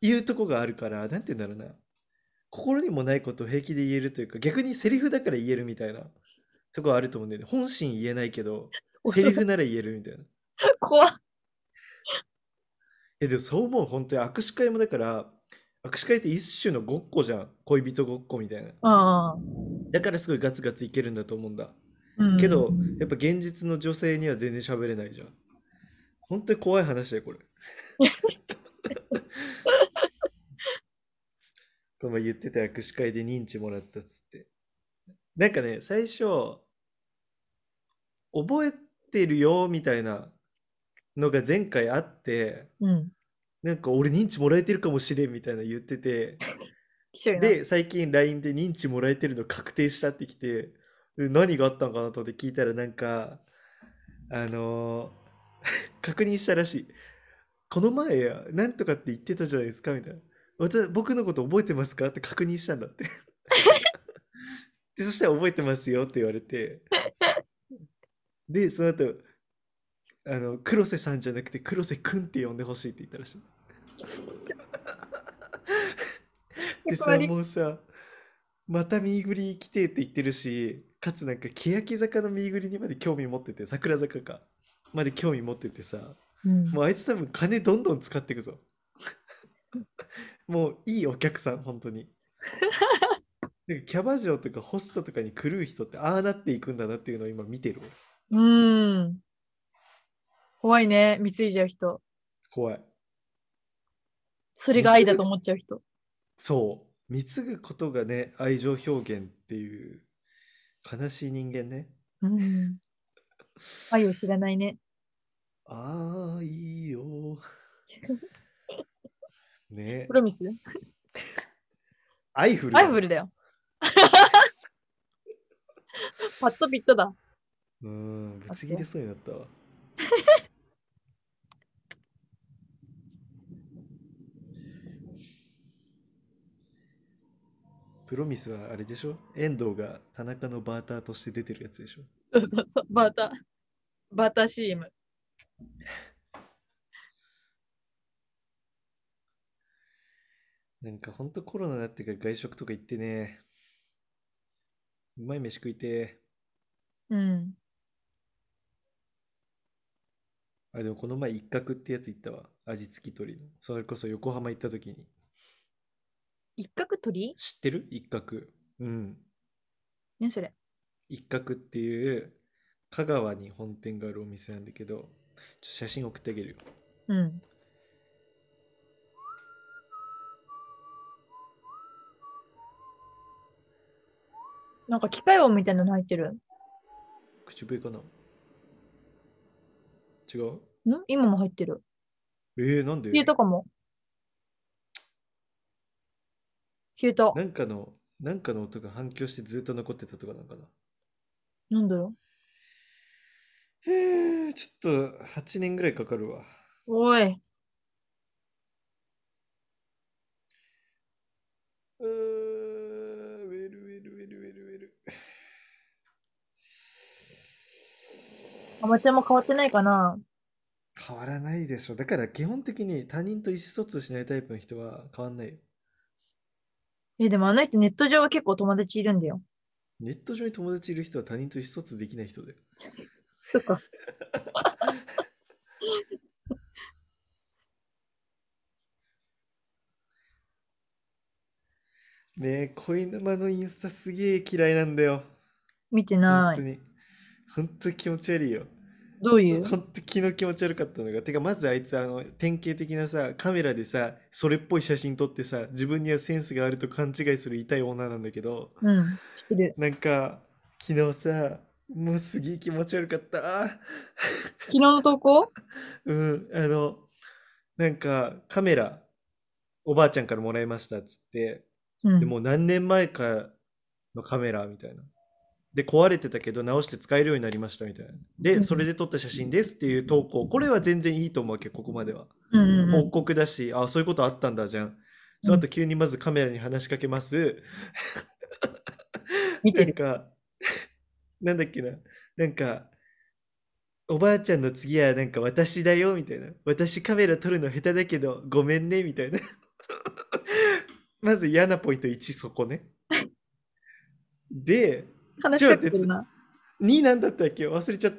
いうとこがあるから、なんて言うんだろうな。心にもないことを平気で言えるというか、逆にセリフだから言えるみたいなとこはあると思うんだよね。本心言えないけど、セ恐ろしい。 リフなら言えるみたいな。 怖っ。 え、でもそう思う、本当に握手会もだから、握手会って一種のごっこじゃん。恋人ごっこみたいな。 ああ。 だからすごいガツガツいけるんだと思うんだ。 うん。 けど、やっぱ現実の女性には全然喋れないじゃん。本当に怖い話だよ、これ。この前言ってた握手会で認知もらったっつって。なんかね、最初、覚えてるよみたいなのが前回あって、 うん。 なんか俺認知もらえてるかもしれんみたいな言ってて、 きしょいな。 で、最近 ライン で認知もらえてるの確定したってきて、え何があったのかなと思って聞いたらなんか、あのー確認したらしい。この前、なんとかって言ってたじゃないですかみたいな。私僕のこと覚えてますかって確認したんだって。で、そしたら覚えてますよって言われて、で、その後、あの、黒瀬さんじゃなくて黒瀬くんって呼んでほしいって言ったらしい。でさ、 役割。 もうさ、またミーグリ来てって言ってるし、かつなんか欅坂のミーグリにまで興味持ってて、桜坂か、まで興味持っててさ、 うん。 もうあいつ多分金どんどん使っていくぞ。もういいお客さん、本当に。なんかキャバ嬢とかホストとかに狂う人ってああなっていくんだなっていうのを今見てる。 うーん。怖いね。貢いじゃう人。 怖い。 それが愛貢ぐ、 だと思っちゃう人。 そう。貢ぐことがね、愛情表現っていう悲しい人間ね。 うん。愛を知らないね。 ああ、いいよ。ね。 プロミス。 アイフルだろ。 アイフルだよ。パッドビットだ。 うーん、ぶだって。 ち切れそうになったわ。プロミスはあれでしょ、遠藤が田中のバーターとして出てるやつでしょ。 そうそうそう。バーター。バーター シーエム。 なんかほんとコロナになってから外食とか行ってね、うまい飯食いてうん。 ー。あ、でもこの前一角ってやつ行ったわ。味付き鶏の。それこそ横浜行った時に。 一角鳥。 知ってる一角。うん。 ね、それ。 一角っていう香川に本店があるお店なんだけど、ちょっと写真送ってあげるよ。 うん。なんか機械音みたいなの入ってる。 口笛かな、違う。 ん今も入ってる。 えー、なんで？ 消えたかも。 消えた。 なんかの、なんかの音が反響してずっと残ってたとかなんかな。 なんだろへえ、ちょっとはちねんぐらいかかるわ。 う。おい。 うーウェルウェルウェルウェルウェル。 アマちゃんも変わってないかな。 変わらないでしょ。だから基本的に他人と意思疎通しないタイプの人は変わんないよ。 え、でもあの人ネット上は結構友達いるんだよ。 ネット上に友達いる人は他人と意思疎通できない人だよ。 そっか。 ねえ、恋沼のインスタすげえ嫌いなんだよ。 見てない。 本当に。本当に気持ち悪いよ。 どういう？ 本当昨日気持ち悪かったのが。てか、まずあいつ、あの、典型的なさ、カメラでさ、それっぽい写真撮ってさ、自分にはセンスがあると勘違いする痛い女なんだけど、 うん。知ってる。 なんか、昨日さ、もうすげえ気持ち悪かった。 昨日の投稿？ うん、あの、なんか、カメラ、おばあちゃんからもらいましたっつって、でうん。 もう何年前かのカメラみたいな。で、壊れてたけど直して使えるようになりましたみたいな。で、それうん。 で撮った写真ですっていう投稿。これは全然いいと思うわけ、ここまでは。 うんうんう報ん。 告だし、あ、そういうことあったんだじゃん。そうん。 の後急にまずカメラに話しかけます。 見てる。 なんか、なんだっけな。なんか、おばあちゃんの次はなんか私だよみたいな。私カメラ撮るの下手だけどごめんねみたいな。まず嫌なポイントいちそこね。で、 話しかちょっと待って、 けてるな。 になんだったっけ忘れちゃった。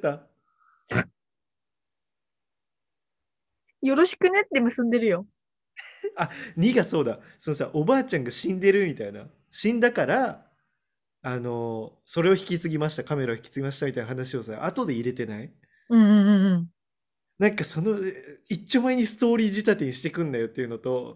よろしくねって結んでるよ。 あ、にがそうだ。そのさ、おばあちゃんが死んでるみたいな。死んだから、あの、それを引き継ぎました、カメラを引き継ぎましたみたいな話をさ、後で入れてない？ うんうんうんうん。 なんかその、え一丁前にストーリー仕立てにしてくんなよっていうのと、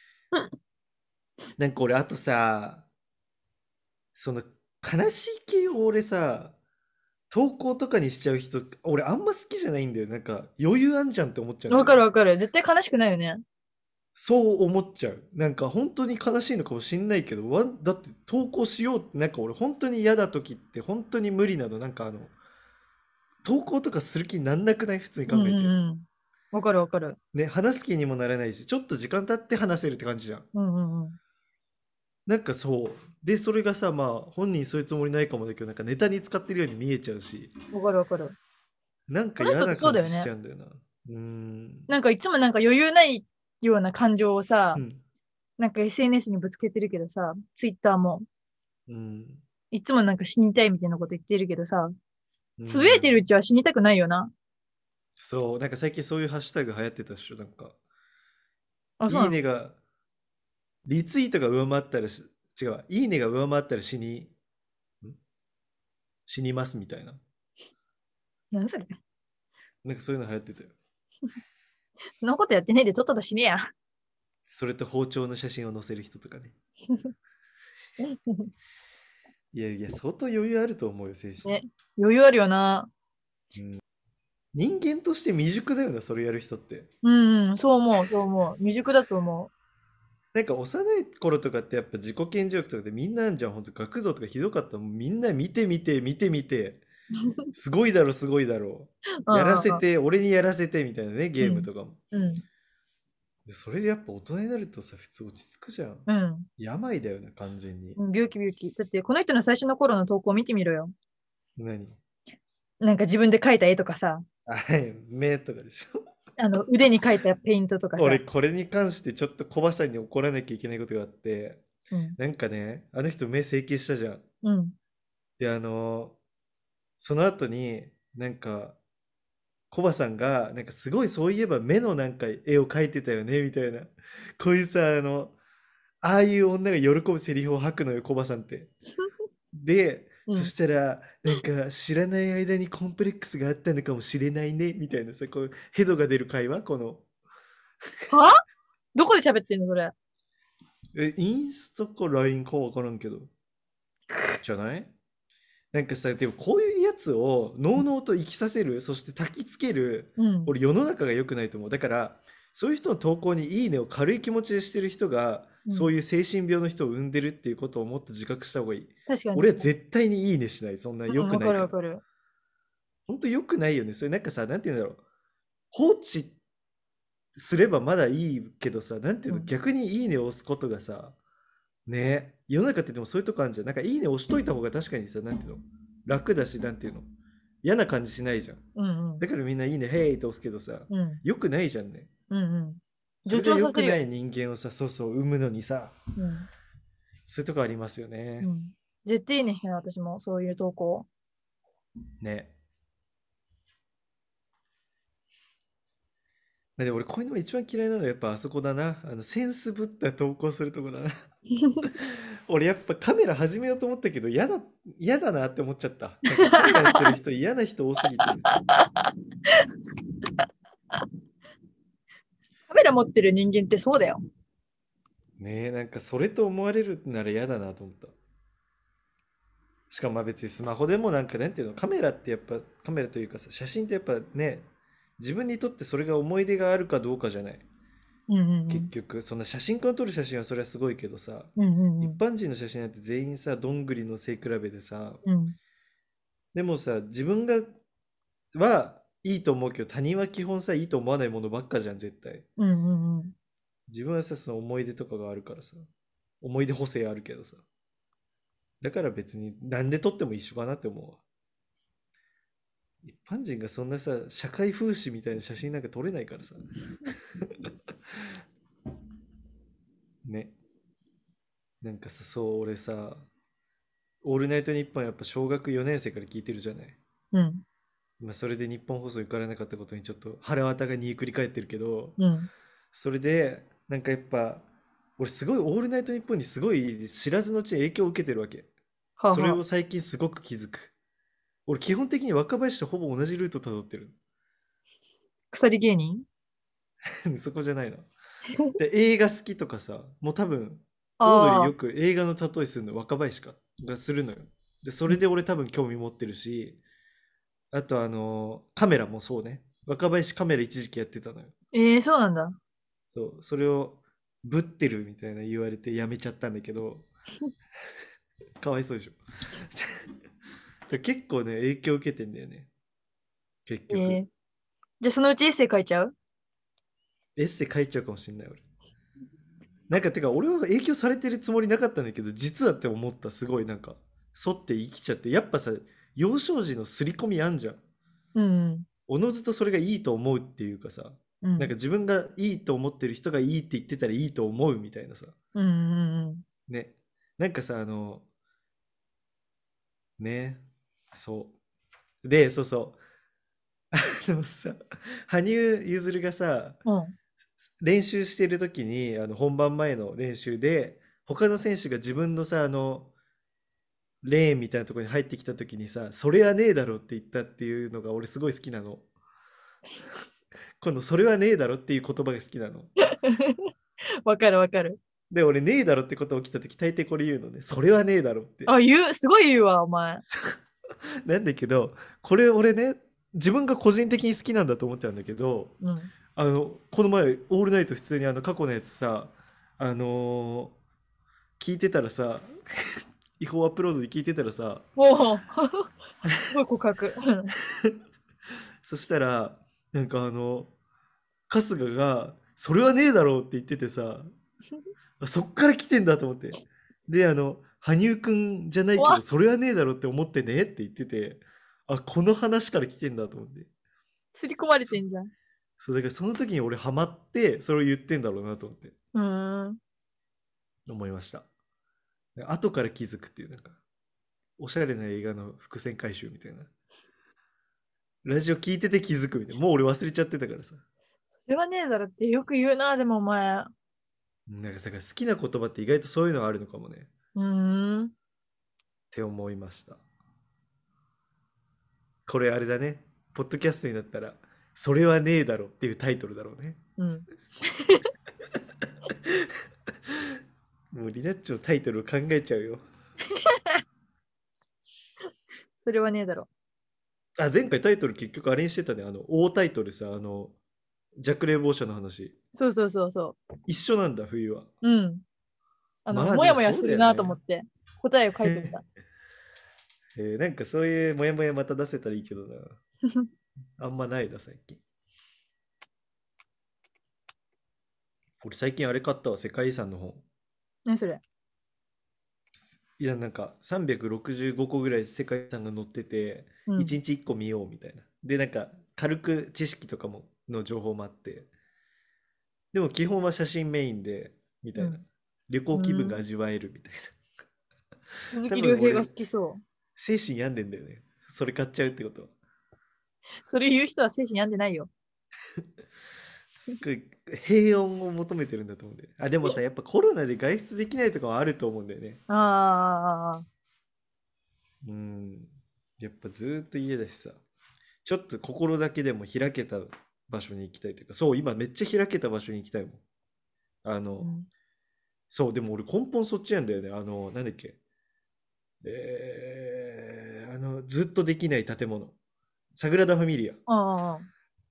なんか俺、あとさ、その、悲しい系を俺さ、投稿とかにしちゃう人、俺あんま好きじゃないんだよ。なんか余裕あんじゃんって思っちゃうんだわよね。 かるわかる。絶対悲しくないよね。 そう思っちゃう。なんか本当に悲しいのかもしんないけど、わだって投稿しようって、なんか俺本当に嫌だ時って本当に無理なの。なんかあの、投稿とかする気になんなくない？普通にうんう考えて。 んうん。わかるわかる。 ね、話す気にもならないし、ちょっと時間経って話せるって感じじゃん。 うんうんうん。 なんかそう。で、それがさ、まあ本人そういうつもりないかもだけど、なんかネタに使ってるように見えちゃうし、 わかるわかる。 なんかこの人って嫌な感じしそうだよね。 ちゃうんだよな。うーん。 なんかいつもなんか余裕ないような感情をさ、 うん。 なんか エスエヌエス にぶつけてるけどさ、ツイッターも、 うん。 いつもなんか死にたいみたいなこと言ってるけどさ、 うつぶやいてるうん。 ちは死にたくないよな。 そう、なんか最近そういうハッシュタグ流行ってたっしょ。なんか、 あ、そういなの？ いねが、リツイートが上回ったらし、違うわ、いいねが上回ったら死に、ん死にますみたいな。 何それ？ なんかそういうの流行ってたよ。 そんなことやってねえでとっとと死ねや。 それと包丁の写真を載せる人とかね。いやいや、相当余裕あると思うよ、精神。 ね、余裕あるよな。 うん、人間として未熟だよな、それやる人って。 うんうん、そう思う、そう思う。未熟だと思なんか幼い頃とかってやっぱ自己顕示欲とかでみんなあんじゃん、ほんと学童とかひどかった。もうみんな見て見て見て見て、すごいだろすごいだろう。うやらせんて、俺にやらせてみたいなね、 うんうん。 ゲームとかも。 うん。 で、それでやっぱ大人になるとさ、普通落ち着くじゃん。 うん。 病だよね、完全に。 うん。病気病気。だって、この人の最初の頃の投稿見てみろよ。 何？ なんか自分で描いた絵とかさ、 あ、はい、目とかでしょ。 あの、腕に描いたペイントとかさ。 俺、これに関してちょっとコバさんに怒らなきゃいけないことがあって、 うん。 なんかね、あの人目整形したじゃん。 うん。 で、あのその後に、なんか、コバさんが、なんかすごいそういえば目のなんか絵を描いてたよね、みたいな。こういうさ、あの、ああいう女が喜ぶセリフを吐くのよ、コバさんって。で、そうん。 したら、なんか知らない間にコンプレックスがあったのかもしれないね、みたいなさ、こう、ヘドが出る会話、この、 は？どこで喋ってんのそれ？ え、インスタか ライン かわからんけど、じゃないなんかさ、でもこういうやつをのうのうと生きさせる、そして焚きつける、 うん。 俺世の中が良くないと思う。だから、 そういう人の投稿にいいねを軽い気持ちでしてる人が、 うん、 そういう精神病の人を生んでるっていうことをもっと自覚した方がいい。 確かに俺は確か絶対にいいねしない。そんなに。うん、わ良くないから。 かるわかる。 本当良くないよね。それなんかさ、なんて言うんだろう。放置すればまだいいけどさ、なんていうの、 うん、 逆にいいねを押すことがさ、ね、世の中ってでもそういうとこあるじゃん。なんかいいね押しといた方が確かにさ、なんていうの、楽だし、なんていうの、嫌な感じしないじゃん。 うん、うん、 だからみんないいね、へいって押すけどさ、 うん、 良くないじゃんね。 うん、うん。助それが良くない長させるよね。 人間をさ、そうそう、生むのにさ、 うん、 そういうとこありますよね。 うん。絶対いいねしてない、私も、そういう投稿。 ね。まあでも俺、こういうのも一番嫌いなのはやっぱあそこだな。あの、センスぶった投稿するとこだな。俺やっぱカメラ始めようと思ったけど、嫌だ、嫌だなって思っちゃった。なんかカメラやってる人嫌な人多すぎて。 カメラ持ってる人間ってそうだよ。 ねえ、なんかそれと思われるなら嫌だなと思った。しかもまあ別にスマホでもなんかなんていうの、カメラってやっぱ、カメラというかさ、写真ってやっぱね、自分にとってそれが思い出があるかどうかじゃない。 うんうんうん。 結局、そんな写真家の撮る写真はそれはすごいけどさ、 うんうんうん。 一般人の写真なんて全員さ、どんぐりの背比べでさ、 うん。 でもさ、自分がはいいと思うけど、他人は基本さ、いいと思わないものばっかじゃん、絶対。 うんうんうん。 自分はさ、その思い出とかがあるからさ、思い出補正あるけどさ、だから別に何で撮っても一緒かなって思うわ。一般人がそんなさ、社会風刺みたいな写真なんか撮れないからさ。ね。なんかさ、そう、俺さ、オールナイトニッポンやっぱ小学よねん生から聞いてるじゃない。 うん。 まあ、それで日本放送行かれなかったことにちょっと腹渡が煮えくり返ってるけど、 うん。 それで、なんかやっぱ、俺すごいオールナイトニッポンにすごい知らずのうちに影響を受けてるわけ。それはあはあ。 を最近すごく気づく。俺基本的に若林とほぼ同じルート辿ってる。 鎖芸人。 そこじゃないの。で、映画好きとかさ、もう多分、オードリーああ。 よく映画の例えするの若林かがするのよ。で、そうん。 れで俺多分興味持ってるし、あとあのカメラもそうね。若林カメラ一時期やってたのよ。 ええ、そうなんだ。 そう、それをぶってるみたいな言われてやめちゃったんだけど、かわいそうでしょ。で結構ね、影響受けてんだよね。結局。 ええ。じゃあそのうちエッセイ書いちゃう？ エッセイ書いちゃうかもしんない俺。なんかてか俺は影響されてるつもりなかったんだけど、実はって思った。すごいなんか、沿って生きちゃって。やっぱさ、幼少時の刷り込みあんじゃん。 うん。 おのずとそれがいいと思うっていうかさ、 うん。 なんか自分がいいと思ってる人がいいって言ってたらいいと思うみたいなさ。 うんうんうん。 ね。なんかさ、あの、ね。そう。で、そうそう。あのさ、羽生結弦がさ、 うん。 練習してる時に、あの本番前の練習で、他の選手が自分のさ、あの、レーンみたいなところに入ってきた時にさ、それはねえだろって言ったっていうのが俺すごい好きなの。このそれはねえだろっていう言葉が好きなの。 わかるわかる。 で、俺ねえだろってこと起きた時大抵これ言うのね。それはねえだろって。 あ、言う、すごい言うわ、お前。 なんだけど、これ俺ね、自分が個人的に好きなんだと思ってたんだけど、 うん。 あの、この前、オールナイト普通にあの過去のやつさ、あのー聞いてたらさ、違法アップロードで聞いてたらさ、 おお、すごい告白。 そしたら、なんかあの、春日が、それはねえだろうって言っててさ、あそっから来てんだと思って。で、あの、羽生くんじゃないけど、 わ、 それはねえだろって思ってねって言ってて、あ、この話から来てんだと思って。 刷り込まれてそ、 んじゃん。 そう、だからその時に俺ハマって、それを言ってんだろうなと思って、 うーん。 思いました。後から気づくっていう、なんか、おしゃれな映画の伏線回収みたいな。ラジオ聞いてて気づくみたいな。もう俺忘れちゃってたからさ。 それはねえだろってよく言うな、でもお前。 なんかさ、好きな言葉って意外とそういうのがあるのかもね。っうーん。 て思いました。これあれだね。ポッドキャストになったら、それはねえだろっていうタイトルだろうね。 うん。 もうリナッチョのタイトルを考えちゃうよ。 それはねえだろ。 あ、前回タイトル結局あれにしてたね。あの、大タイトルさ、あの、 弱冷房車の話。 そうそうそうそ一緒なんだ、冬は。 う。うん。あの、 まあもやもやでもそうだよするなと思っね。 て、答えを書いてみた。 えーなんかそういうモヤモヤまた出せたらいいけどな。あんまないな、最近。俺最近あれ買ったわ、世界遺産の本。 何それ？ いや、なんかさんびゃくろくじゅうごこぐらい世界遺産が載ってて、1 うん。 日いっこ見ようみたいな。で、なんか軽く知識とかもの情報もあって、でも基本は写真メインで、みたいな。 うん。 旅行気分がうん。 味わえるみたいな。 鈴多木亮平が好分俺、 きそう。 精神病んでんだよね。それ買っちゃうってことは。 それ言う人は精神病んでないよ。 すっごい平穏を求めてるんだと思うんだよね。あ、でもさ、やっぱコロナで外出できないとかはあると思うんだよね。 ああ、 うん。やっぱずーっと家だしさ。ちょっと心だけでも開けた場所に行きたいというか、そう、今めっちゃ開けた場所に行きたいもん。あの、 うん。 そう、でも俺根本そっちなんだよね。あの、なんだっけ。えー、あの、ずっとできない建物。サグラダ・ファミリアあ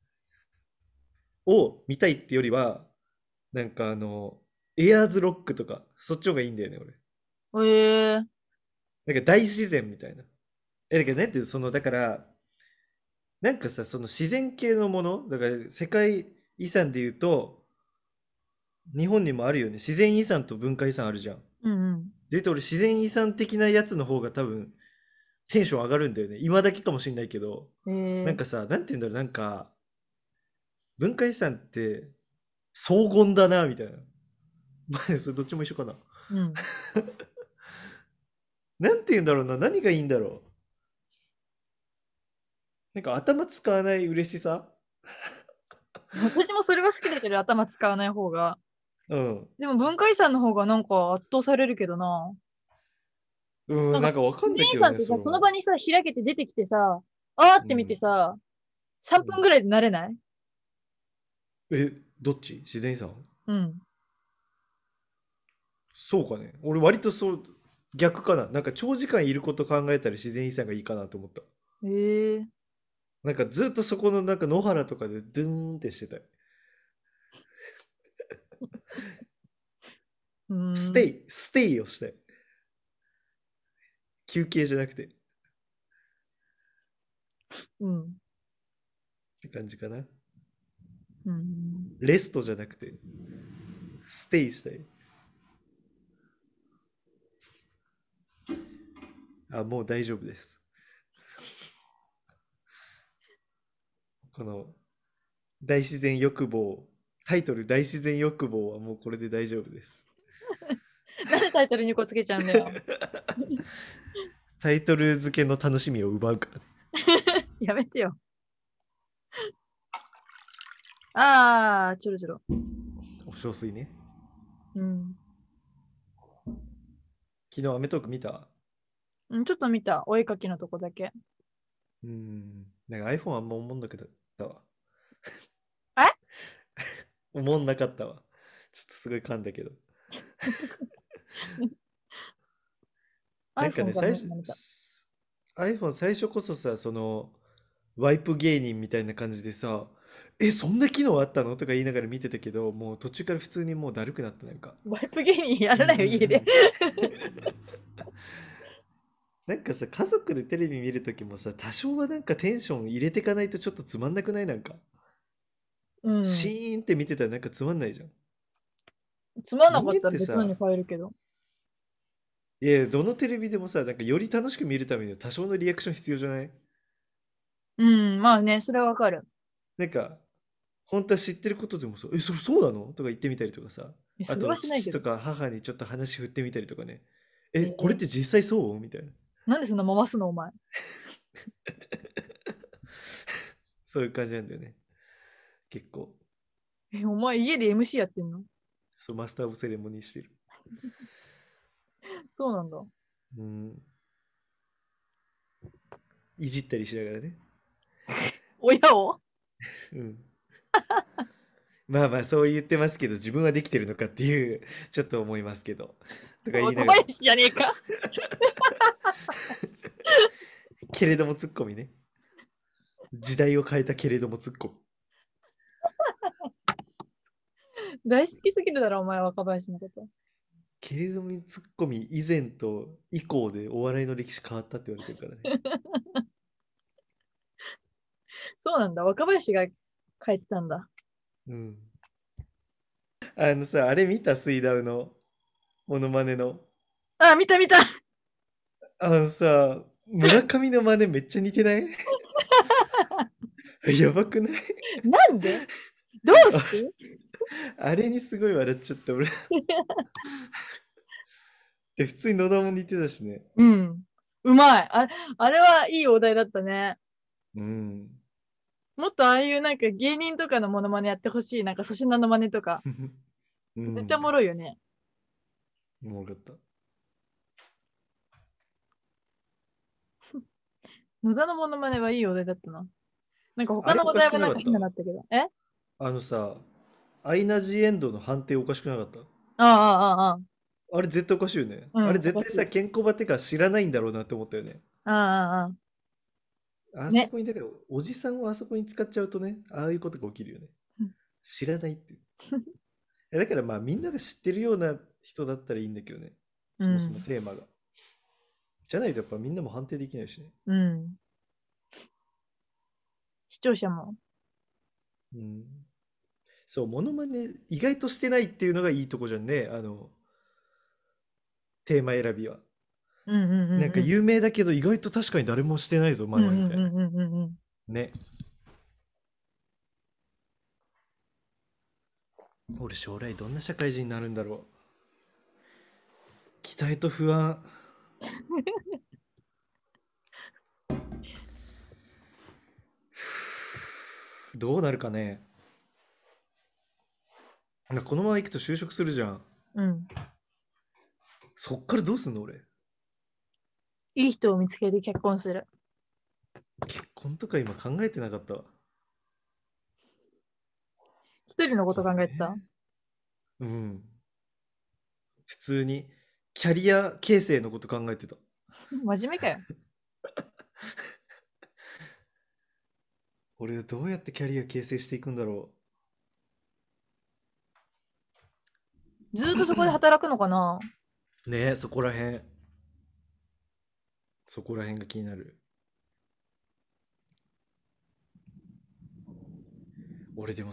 を見たいってよりは、なんかあの、エアーズロックとか、そっちの方がいいんだよね、俺。 あ、ええ、 なんか大自然みたいな。え、だからなんていうのその、だから、なんかさ、その自然系のもの、だから世界遺産で言うと、日本にもあるよね。自然遺産と文化遺産あるじゃん。でうんうん。 言うと俺、自然遺産的なやつの方が多分、テンション上がるんだよね。今だけかもしんないけど、 ええ、 なんかさ、なんて言うんだろう、なんか、文化遺産って荘厳だな、みたいな。まあ、それどっちも一緒かな。 うん。 なんて言うんだろうな、何がいいんだろう。なんか頭使わない嬉しさ。 私もそれは好きだけど、頭使わない方が。 うん。 でも文化遺産の方がなんか圧倒されるけどな。 うん、 なんか、 なんかわか自んないけどね、 然遺産ってさ、 それも。 その場にさ、開けて出てきてさ、あーって見てうん。 さ、3 うん。 分ぐらいで慣れない？ え、どっち自然遺産うん。 そうかね。俺割とそう、逆かな。なんか長時間いること考えたら自然遺産がいいかなと思った。 ええ、 なんかずっとそこのなんか野原とかでドゥーンってしてたい。 うーん。 ステイ、ステイをしたい。休憩じゃなくてっうん。 て感じかな。 うん。 レストじゃなくて、ステイしたい。あ、もう大丈夫です。この大自然欲望、タイトル大自然欲望はもうこれで大丈夫です。 なんでタイトルにこつけちゃうんだよ。 タイトル付けの楽しみを奪うからね。 やめてよ。あー、ちょろちょろ。 お小水ね。 うん。 昨日アメトーク見たうん、ちょっと見た。お絵かきのとこだけ。 うん。なんか iPhone あんま思んなかったわ。 え？ 思んなかったわ。ちょっとすごい噛んだけど。なんか iPhone ね、 がね、 最初、 見た。 iPhone 最初こそさ、その、ワイプ芸人みたいな感じでさ、え、そんな機能あったのとか言いながら見てたけど、もう途中から普通にもうだるくなった、なんか。 ワイプ芸人やうんうんうるなよ、家で。 ん。なんかさ、家族でテレビ見るときもさ、多少はなんかテンション入れてかないとちょっとつまんなくないなんか。 うん。 シーンって見てたらなんかつまんないじゃん。 つまんな人間っかったら別のにてさ、 変えるけど。 いや、どのテレビでもさ、なんかより楽しく見るためには多少のリアクション必要じゃないうん、まあね、それはわかる。 なんか、本当は知ってることでもさ、え、それそうなのとか言ってみたりとかさ、 え、それあとはしないけど。 父とか母にちょっと話振ってみたりとかね、え、これっえーて実際そうみたいな。 なんでそんな回すの、お前。 そういう感じなんだよね。結構。 え、お前家で エムシー やってんの？ そう、マスターオブセレモニーしてる。 そうなんだ。 うん。いじったりしながらね。 親を？ うん。まあまあ、そう言ってますけど、自分はできてるのかっていう、ちょっと思いますけど。とか言い若ながら。 林じゃねえか。 けれどもツッコミね。時代を変えたけれどもツッコミ。 大好きすぎるだろ、お前、若林のこと。 ケレドミツッコミ以前と以降でお笑いの歴史変わったって言われてるからね。 そうなんだ。若林が書いてたんだ。 うん。あのさ、あれ見た水ダウのモノマネの。 あ、見た見た。 あのさ、村上の真似めっちゃ似てない？やばくない？ なんでどうして？ あれにすごい笑っちゃった俺。で、普通に野田も似てたしね。 うん。うまい。あ、あれはいいお題だったね。 うん。 もっとああいうなんか芸人とかのモノマネやってほしい。なんか粗品の真似とか。 う絶対おもん。 ろいよね。 おもろかった。 野田のモノマネはいいお題だったな。なんか他のおあれおかし題もなんか変なくなかった？ のあったけど。えあのさ、アイナ・ジ・エンドの判定おかしくなかった？ ああ、ああ、ああ。 あれ絶対おかしいよね。 うん、おあれ絶対さ、 かしい。 ケンコバってか知らないんだろうなって思ったよね。 ああ、ああ。 あそね。 こに、だから、おじさんをあそこに使っちゃうとね、ああいうことが起きるよね。知らないっていう。えだからまあ、みんなが知ってるような人だったらいいんだけどね。そもそもうん。 テーマが。じゃないとやっぱみんなも判定できないしね。 うん。視聴者も。 うん。そう、モノマネ意外としてないっていうのがいいとこじゃんね。あの、テーマ選びは。 うんうんなんかうんうん。 有名だけど意外と確かに誰もしてないぞ、 うんう前はみたいな。 んうんうんうんうん。 ね。俺将来どんな社会人になるんだろう。期待と不安。どうなるかね。なんかこのまま行くと就職するじゃん。 うん。 そっからどうすんの俺。 いい人を見つけて結婚する。 結婚とか今考えてなかったわ。 一人のこと結婚考えてた？ ね。うん。普通にキャリア形成のこと考えてた。 真面目かよ。 俺どうやってキャリア形成していくんだろずーっとそこで働くのかな？ う。ねえ、そこらへん。そこらへんが気になる。俺でも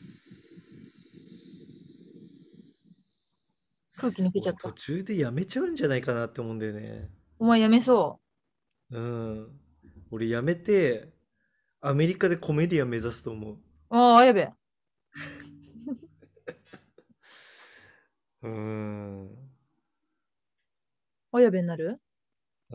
空気抜けちゃ俺った。 途中でやめちゃうんじゃないかなって思うんだよね。 お前辞めそうん。俺やめて、アメリカでコメディアン目指すと思う。 う。ああ、やべ。 うーん。 おやべになる？ うん。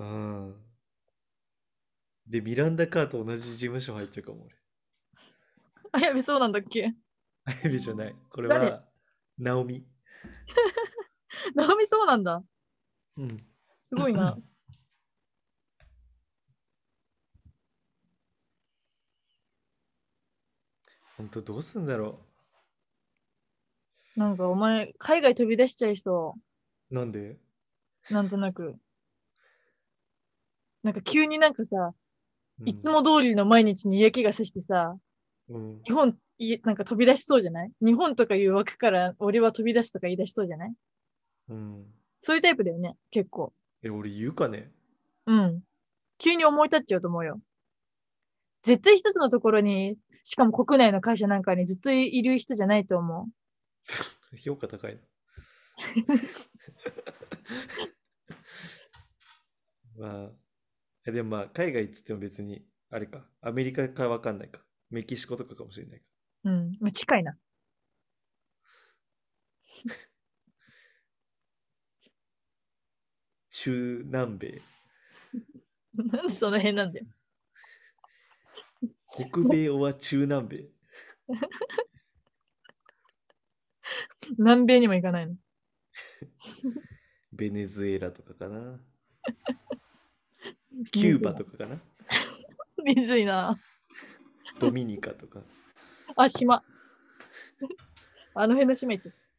で、ミランダ・カーと同じ事務所入っちゃうかも、俺。 あやべ、そうなんだっけ？ あゆみじゃない。これ誰？ は、ナオミ。 ナオミそうなんだ。 うん。 すごいな。 本当どうすんだろなんかお前、海外飛び出しちゃいそう。なんで？ う。なんとなく。なんか急になんかさ、いつうん。 も通りの毎日に嫌気がさしてさ、 うん。 日本、いなんか飛び出しそうじゃない？日本とかいう枠から俺は飛び出すとか言い出しそうじゃない？ うん。 そういうタイプだよね、結構。 え、俺言うかね？ うん。急に思い立っちゃうと思うよ。絶対一つのところに、しかも国内の会社なんかにずっといる人じゃないと思う。 評価高いな。まあ、えでもまあ、海外っつっても別に、あれか、アメリカかわかんないか。メキシコとかかもしれないか。 うん。まあ、近いな。 中南米。 なんでその辺なんだよ。 北米は中南米。 南米にも行かないの。 ベネズエラとかかな。キューむずいな。 バとかかな。 むずいな。 ドミニカとか。 あ、島。あの辺の島行っちゃっ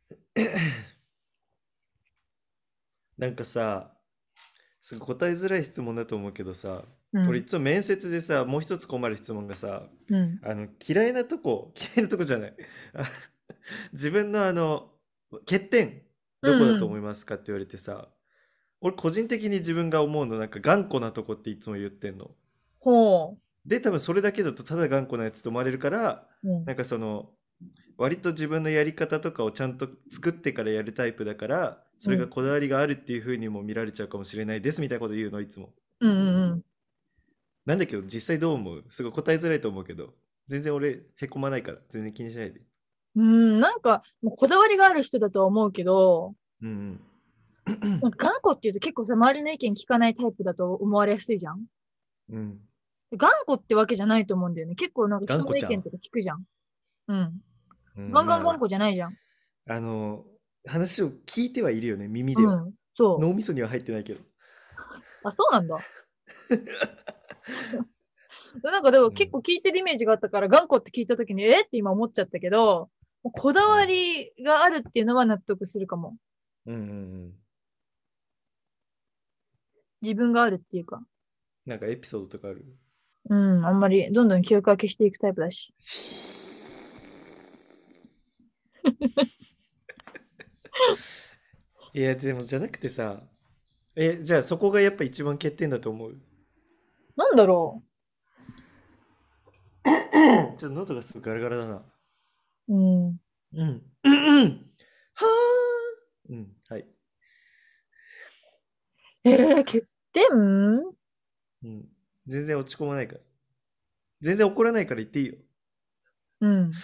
なんかさ、すごい答えづらい質問だと思うけどさ、 た。うん。 俺いつも面接でさ、もう一つ困る質問がさ、 うん。 あの、嫌いなとこ、嫌いなとこじゃない。あ自分のあの欠点うどこだんうん。 と思いますかって言われてさ、俺個人的に自分が思うのなんか頑固なとこっていつも言ってんの。 ほで、多分それだけだとただ頑固なやつと思われるから、 う。うん。 なんかその割と自分のやり方とかをちゃんと作ってからやるタイプだから、そうん。 れがこだわりがあるっていう風にも見られちゃうかもしれないですみたいなこと言うのいつも。 うんうんなんだけど実際どう思う？すごい答えづらいと思うけど、全然俺へこまないから全然気にしないで。 うん。うん、なんか、もうこだわりがある人だとは思うけど、 うんなんか頑固って言うと結構さ、周りの意見聞かないタイプだと思われやすいじゃん。 うん。うん。 頑固ってわけじゃないと思うんだよね。結構なんか人頑固ちゃん。 の意見とか聞くじゃん。うん。 うん、まガンガン頑固じゃないじゃん。 あ、あの、話を聞いてはいるよね、耳では。 うん。そう。 脳みそには入ってないけど。 あ、そうなんだ。なんかでもうん。 結構聞いてるイメージがあったから頑固って聞いたときに、えって今思っちゃったけど、もうこだわうん。 りがあるっていうのは納得するかも。 うんうんうん。 自分があるっていうか。 なんかエピソードとかある？ うん。あんまりどんどん記憶は消していくタイプだし。 いや、でもじゃなくてさ、え、じゃあそこがやっぱ一番欠点だと思う？ なんだろちょっと喉がすごいガラガラだな。 う。うん。 うん。うんうん。はー。うん。はい。 えー、欠点。ううん。全然落ち込まないから。全然怒らないから言っていいよ。 ん。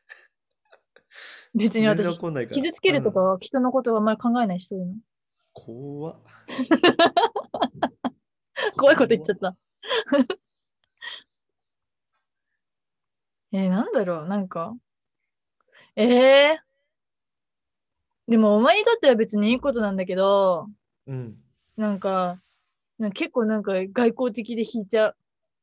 別に全然私、 怒んないから。 傷つけるとうん。 か人のことはあんまり考えないし、そういうの。 怖っ。 怖いこと言っ怖っ。 ちゃった。えー、なんだろう。なんか。ええー、でもお前にとっては別にいいことなんだけど、 うん。 なんか、なんか結構なんか外交的で引いちゃう。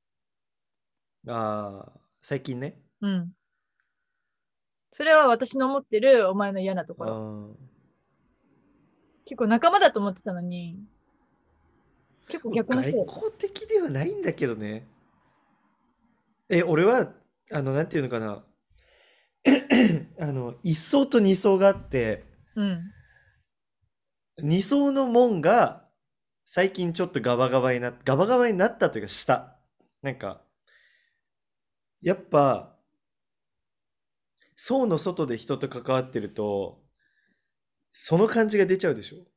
ああ、最近ね。 うん。それは私の思ってるお前の嫌なところ。 ああ。 結構仲間だと思ってたのに、結構逆の人外だった。 交的ではないんだけどね。え、俺は、あの、なんていうのかな。あの、一層と二層があって、 うん。 二層の門が最近ちょっとガバガバになっガバガバになったというかした。なんか、やっぱ、層の外で人と関わってると、その感じが出ちゃうでしょ。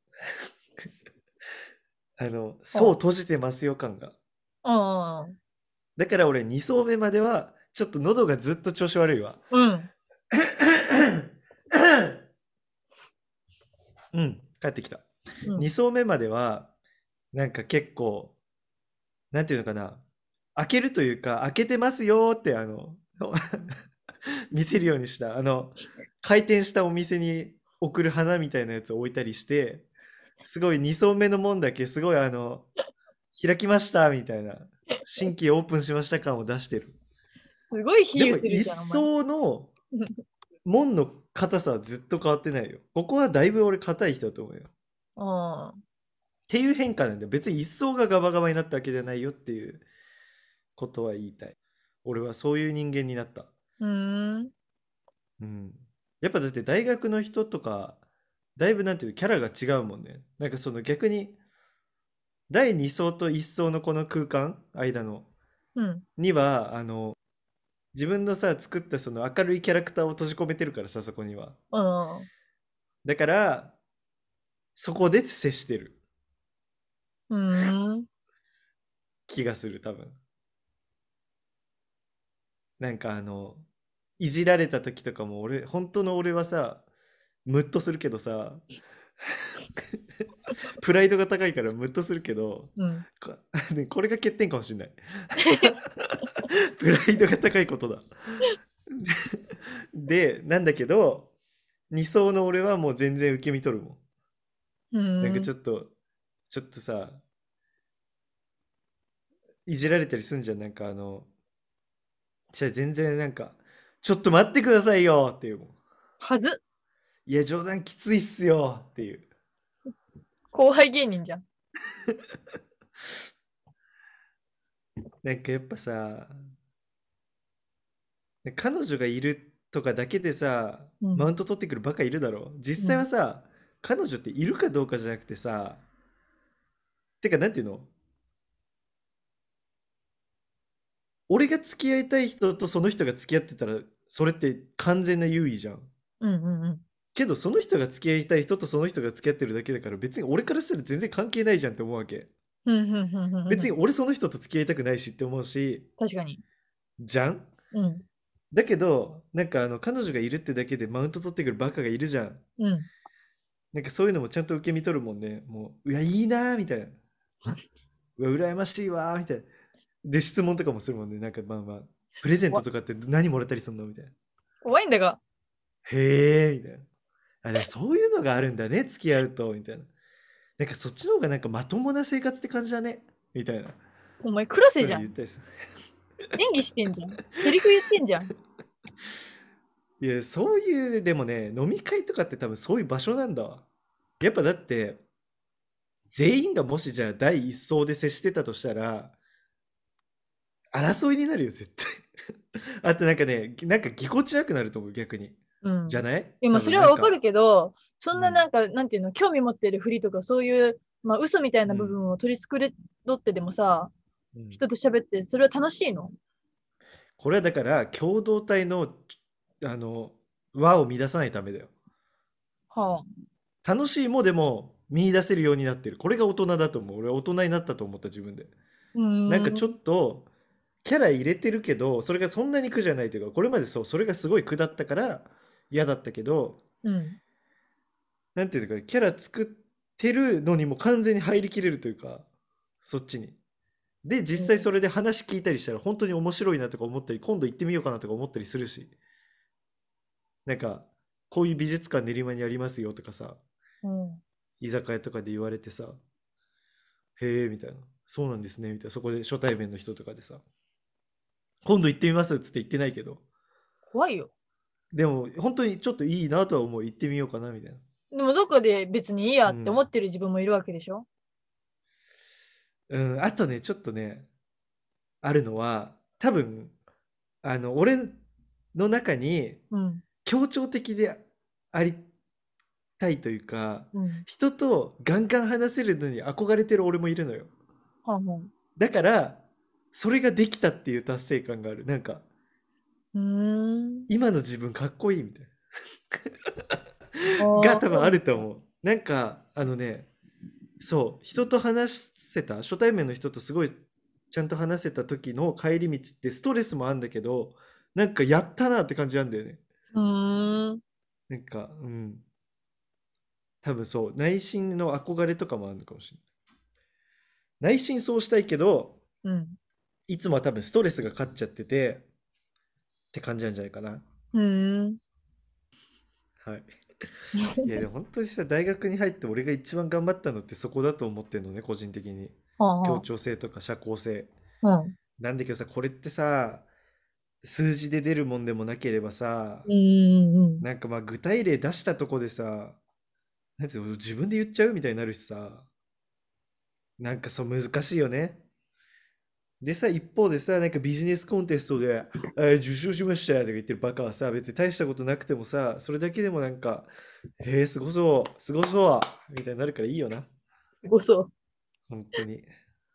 あの、層あ閉じてますよ感が。 あ、うん。 だから俺二層目までは、ちょっと喉がずっと調子悪いわ。 うん。 うん、帰ってきた。 うん。 二層目までは、なんか結構、なんていうのかな、開けるというか、開けてますよって、あの、見せるようにした、あの、開店したお店に送る花みたいなやつを置いたりして、すごいに層目の門だけ、すごいあの、開きましたみたいな、新規オープンしました感を出してる。 すごい比でも、一喩するじゃん、お前。 層の門の硬さはずっと変わってないよ。ここはだいぶ俺硬い人だと思うよ。っうん。 ていう変化なんで、別に一層がガバガバになったわけじゃないよっていうことは言いたい。俺はそういう人間になった。 うーん。 うん。やっぱだって大学の人とか、だいぶなんていうのキャラが違うもんね。なんかその逆に、だいに層といっ層のこの空間、間の、 うん。 には、あの、自分のさ、作ったその明るいキャラクターを閉じ込めてるからさ、そこには。 うん。 だから、そこで接してるうーん。 気がする、多分。なんかあの、いじられた時とかも俺、本当の俺はさ、ムッとするけどさ、プライドが高いからムッとするけど、 うん。 こねこれが欠点かもしれない。プライドが高いことだ。で、なんだけど、に層の俺はもう全然受け身取るもん。 うなんかーん。 ちょっと、ちょっとさ、いじられたりすんじゃん。なんかあの、じゃあ全然なんか、ちょっと待ってくださいよっていうもん。 はず。 いや、冗談きついっすよっていう。 後輩芸人じゃん。 なんかやっぱさ、彼女がいるとかだけでさ、 うん。 マウント取ってくるバカいるだろ。実うん。 際はさ、彼女っているかどうかじゃなくてさ、てかなんていうの、俺が付き合いたい人とその人が付き合ってたら、それって完全な優位じゃん。 うんうんうん。 けどその人が付き合いたい人とその人が付き合ってるだけだから別に俺からしたら全然関係ないじゃんって思うわけ。 うんうんうんうんうん。 別に俺その人と付き合いたくないしって思うし、 確かに。 じゃん。 うん。 だけど、なんかあの彼女がいるってだけでマウント取ってくるバカがいるじゃん。 うん。 なんかそういうのもちゃんと受け身取るもんね。もう、うわ、いいなーみたいな。うわ、羨ましいわーみたいな。で、質問とかもするもんね。なんかまあまあ、プレゼントわ、 とかって何もらったりするのみたいな。 怖いんだが。 へえ、みたいな。あ、でもそういうのがあるんだね、付き合うと、みたいな。なんかそっちの方がなんかまともな生活って感じだね、みたいな。 お前、クラセそういうじゃん。 の言ったりする。 演技してんじゃん。セリフ言ってんじゃん。 いや、そういう、でもね、飲み会とかって多分そういう場所なんだわ。やっぱだって、全員がもしじゃあ第一層で接してたとしたら、争いになるよ、絶対。あとなんかね、なんかぎこちなくなると思う、逆に。 うん。 じゃないいや、まあ、 多そ分なんか、 れはわかるけど、そんうん、 ななんか、なんていうの、興味持ってるふりとか、そういう、まあ、嘘みたいな部うん、 分を取り繕ってでもさ、 うん。 人と喋って、それは楽しいの？ これはだから、共同体の、あの、輪を乱さないためだよ。 はあ。 楽しいもでも見出せるようになってる。これが大人だと思う。俺は大人になったと思った自分で。 うーなんかちょっん。 とキャラ入れてるけど、それがそんなに苦じゃないというか、これまでそう、それがすごい苦だったから嫌だったけど、 うん。 なんていうか、キャラ作ってるのにも完全に入りきれるというか、そっちに。で、実際それで話聞いたりしたら本当に面白いなとか思ったり、今度行ってみようかなとか思ったりするし、なんか、こういう美術館練馬にありますよとかさ、 うん。 居酒屋とかで言われてさ、へえ、みたいな。そうなんですね、みたいな。そこで初対面の人とかでさ、今度行ってみますっつって言ってないけど、 怖いよ。 でも本当にちょっといいなとは思う。行ってみようかな、みたいな。 でもどこで別にいいやって思うん。 ってる自分もいるわけでしょ？ うん、あとね、ちょっとね、あるのは、多分、あの、俺の中にうん。 協調的でありたいというか、 うん。 人とガンガン話せるのに憧れてる俺もいるのよ。 はんはん。 だから、それができたっていう達成感がある。なんか、 うーん。 今の自分かっこいいみたいな。 ああ、 が多分あそうなんだ。 ると思う。なんか、あのね、そう、人と話せた、初対面の人とすごいちゃんと話せた時の帰り道ってストレスもあるんだけど、なんかやったなって感じなんだよね。 うーん。 なんか、うん。多分そう、内心の憧れとかもあるのかもしれない。内心そうしたいけど、 うん。 いつもは多分ストレスが勝っちゃっててって感じなんじゃないかな。 うーん。 はい。いや、でも本当にさ、大学に入って俺が一番頑張ったのってそこだと思ってるのね、個人的に。 はあは協調性とか社交性。 あ。うん。 なんだけどさ、これってさ、数字で出るもんでもなければさ、 うーん。 なんかまあ具体例出したとこでさ、なんていうの自分で言っちゃうみたいになるしさ、なんかそう難しいよね。でさ、一方でさ、なんかビジネスコンテストで、えー受賞しましたとか言ってるバカはさ、別に大したことなくてもさ、それだけでもなんか、へえ、すごそう、すごそうみたいになるからいいよな。 すごそ本当に。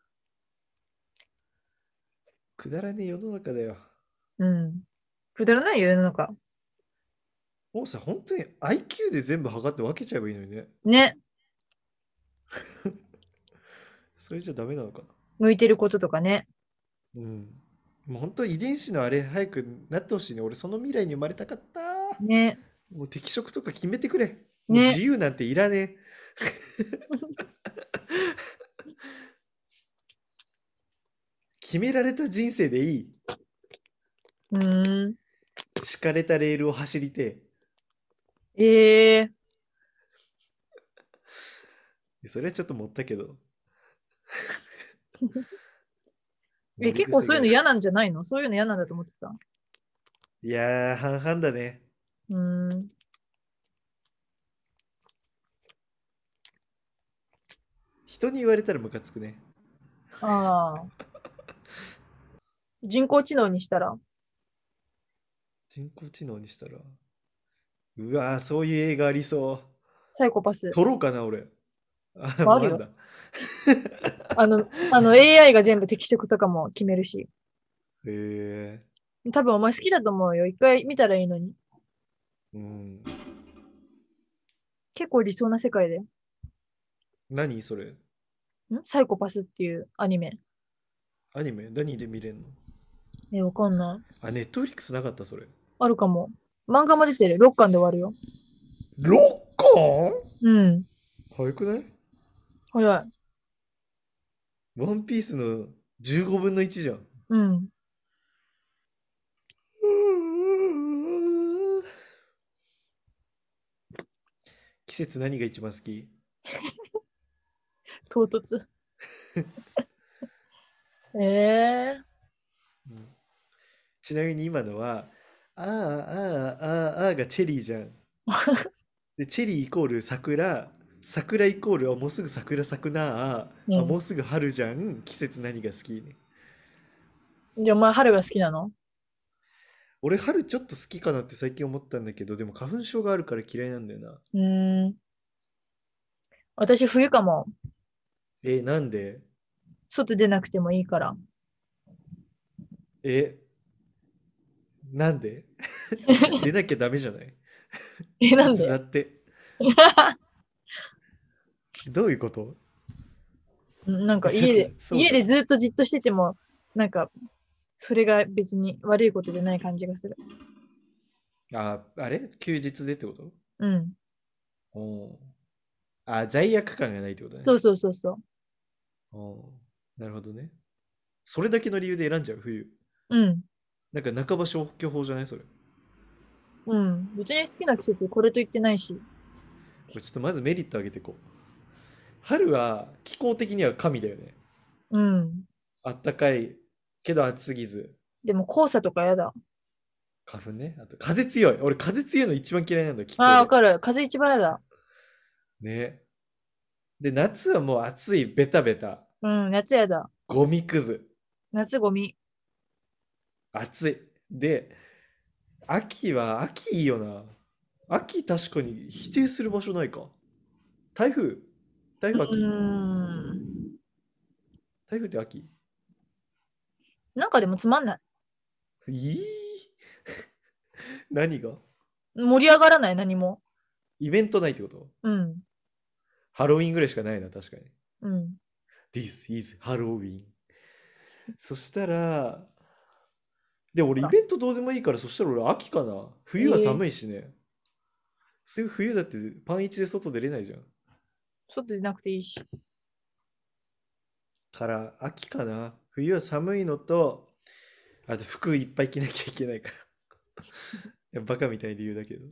くだらねえ世の中だよ。 う。うん。くだらないよ、世の中。 もうさ、本当に アイキュー で全部測って分けちゃえばいいのにね。 ね。 それじゃダメなのかな。 向いてることとかね。 うん。もう本当遺伝子のあれ早くなってほしいね。俺その未来に生まれたかった。 ね。 もう適職とか決めてくれ。もうね。 自由なんていらねえ。決められた人生でいい。 うーん。 敷かれたレールを走りてえええ。それはちょっと持ったけど。 え、 盛り結構そういうの癖がある。 嫌なんじゃないの？そういうの嫌なんだと思ってた。 いやー、半々だね。 うーん。 人に言われたらムカつくね。 ああ。人工知能にしたら。 人工知能にしたら。うわー、そういう映画ありそう。 サイコパス。 撮ろうかな、俺。あ、 まあ、あるよ。 もうあんだ。 あの、あの エーアイ が全部適色とかも決めるし。 へえ。 多分お前好きだと思うよ。一回見たらいいのに。 うん。 結構理想な世界だよ。 何それ？ んサイコパスっていうアニメ。 アニメ何で見れんの？ え、わかんない。 あ、ネットフリックスなかったそれ。 あるかも。漫画も出てる。ろっかんで終わるよ。 ろっかん？ うん。 早くない？ 早い。 ワンピースのじゅうごぶんのいちじゃん。 うん。 季節何が一番好き？ 唐突。ええうんちなみに今のは、あーあーあーあーがチェリーじゃん。で、チェリーイコール桜、桜イコール、あ、もうすぐ桜咲くなあ、あ、もうん。 うすぐ春じゃん。季節何が好きね。 じゃあお前春が好きなの？ 俺、春ちょっと好きかなって最近思ったんだけど、でも花粉症があるから嫌いなんだよな。 うーん。私冬かも。 え、なんで？ 外出なくてもいいから。 え、なんで？出なきゃダメじゃない？ え、ないんで？ つだって。どういうこと？ なんかだって家で、家そうじゃん。 でずっとじっとしてても、なんか、それが別に悪いことじゃない感じがする。 あ、あれ休日でってこと？ うん。 おーあ、罪悪感がないってことね。 そうそうそうそう。 おーなるほどね。それだけの理由で選んじゃう、冬。 うん。 なんか半ば消去法じゃないそれ。こうん。別に好きな季節これと言ってないし。 れちょっとまずメリット上げていこう。春は気候的には神だよね。 うん。 あったかいけど暑すぎず。 でも黄砂とかやだ。 花粉ね。あと風強い。俺風強いの一番嫌いなんだよ、気ああ、わ候で。 かる。風一番やだ。 ね。で、夏はもう暑い、ベタベタ。 うん。夏やだ。 ゴミくず。 夏ゴミ。 暑い。で、秋は、秋いいよな。秋確かに否定する場所ないか。台風。台う風秋。 ーん。 台風って秋？ なんかでもつまんない。 いい何が？ 盛り上がらない、何も。 イベントないってこと？ うん。 ハロウィンぐらいしかないな、確かに。 うん。 This is Halloween。そしたら、で、俺イあベントどうでもいいから、そしたら俺秋かな。冬はええ寒いしね。すぐ冬だってパンイチで外出れないじゃん。 外出なくていいし。 から秋かな。冬は寒いのと、あと服いっぱい着なきゃいけないから。いやバカみたいな理由だけど。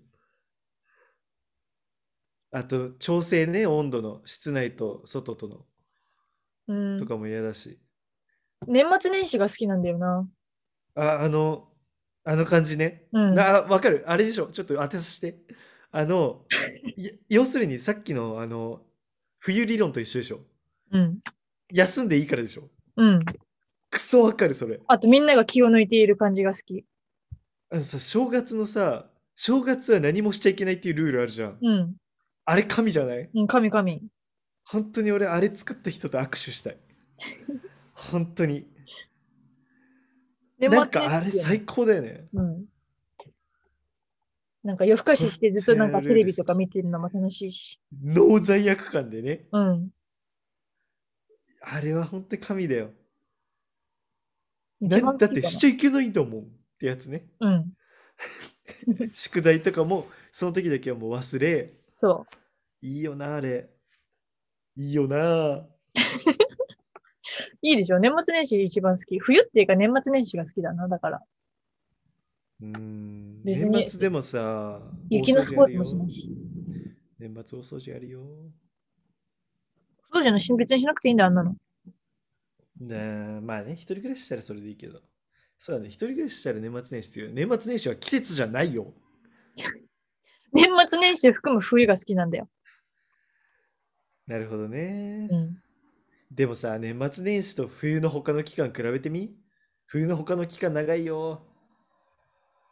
あと調整ね、温度の室内と外とのうん。 とかも嫌だし。 年末年始が好きなんだよな。 あ、あの、あの感じね。 うん。 な、あわかる。あれでしょ。ちょっと当てさせて。あの、い要するにさっきのあの、冬理論と一緒でしょ。 うん。 休んでいいからでしょ。 うん。 クソわかる、それ。 あとみんなが気を抜いている感じが好き。 あのさ、正月のさ、正月は何もしちゃいけないっていうルールあるじゃん。 うん。 あれ神じゃない？ うん、神々。 本当に俺、あれ作った人と握手したい。本当に。 年末なんかあ年始いいよね。 れ最高だよね。 うん。なんか夜更かし本してずっと当にあのなんかテレビとかルール好き。 見てるのも楽しいし。 ノー罪悪感でね。 うん。 あれは本当に神だよ。 一なんだっ番好きかな。 てしちゃいけないんだもんってやつね。 うん。 宿題とかもその時だけはもう忘れ。 そいいよな、あれ。いいよな。 う。いいでしょ。年末年始一番好き。冬っていうか年末年始が好きだな。だから。 うーん。 別に年末でもさ、大掃雪のスポーツ除あるよ。 もしないし。 年末大掃除あるよ。 そうじゃないし、別にしなくていいんだよ、あんなの。 ねまあね、一人暮らししたらそれでいいけど。そうだね、一人暮らししたら年末年始強い。年末年始は季節じゃないよ。 年末年始を含む冬が好きなんだよ。 なるほどね。 うん。 でもさ、年末年始と冬の他の期間比べてみ。冬の他の期間長いよ。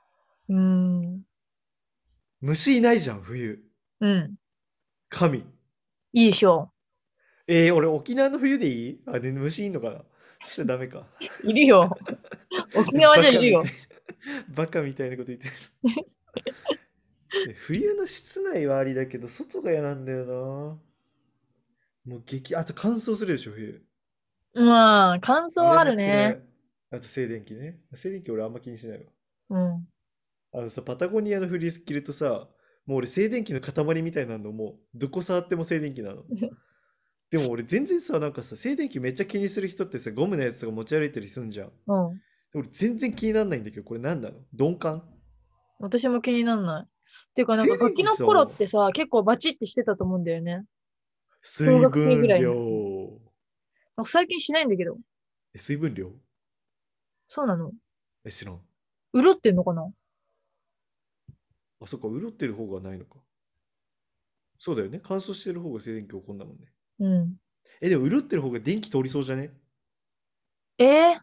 うーん。 虫いないじゃん、冬。 うん。 神。 いいでしょえー、俺沖縄の冬でいいあ、で、虫いんのかな。そしたらダメか。 う。いるよ。沖縄じゃバカみたいいるよ。 な、バカみたいなこと言ってます。え冬の室内はありだけど、外が嫌なんだよな。もう激、あと乾燥するでしょ、冬。 まあ、感想ああれもるね。 嫌い。あと静電気ね。静電気俺あんま気にしないわ。 うん。 あのさ、パタゴニアのフリース着るとさ、もう俺静電気の塊みたいなのもう、どこ触っても静電気なの。でも俺全然さ、なんかさ、静電気めっちゃ気にする人ってさ、ゴムのやつとか持ち歩いたりすんじゃん。 うん。 俺全然気にならないんだけど、これ何なの？鈍感？ 私も気になんない。っていうか、なん静か、ガキの電気さ、 頃ってさ、結構バチってしてたと思うんだよね。小水学生ぐ分量。 らいの時。なんか最近しないんだけど。 え、水分量？ そうなの？ え、知らん。 潤ってんのかな？ あ、そっか、潤ってる方がないのか。そうだよね。乾燥してる方が静電気起こんだもんね。 うん。 え、でも潤ってる方が電気通りそうじゃね？ えー、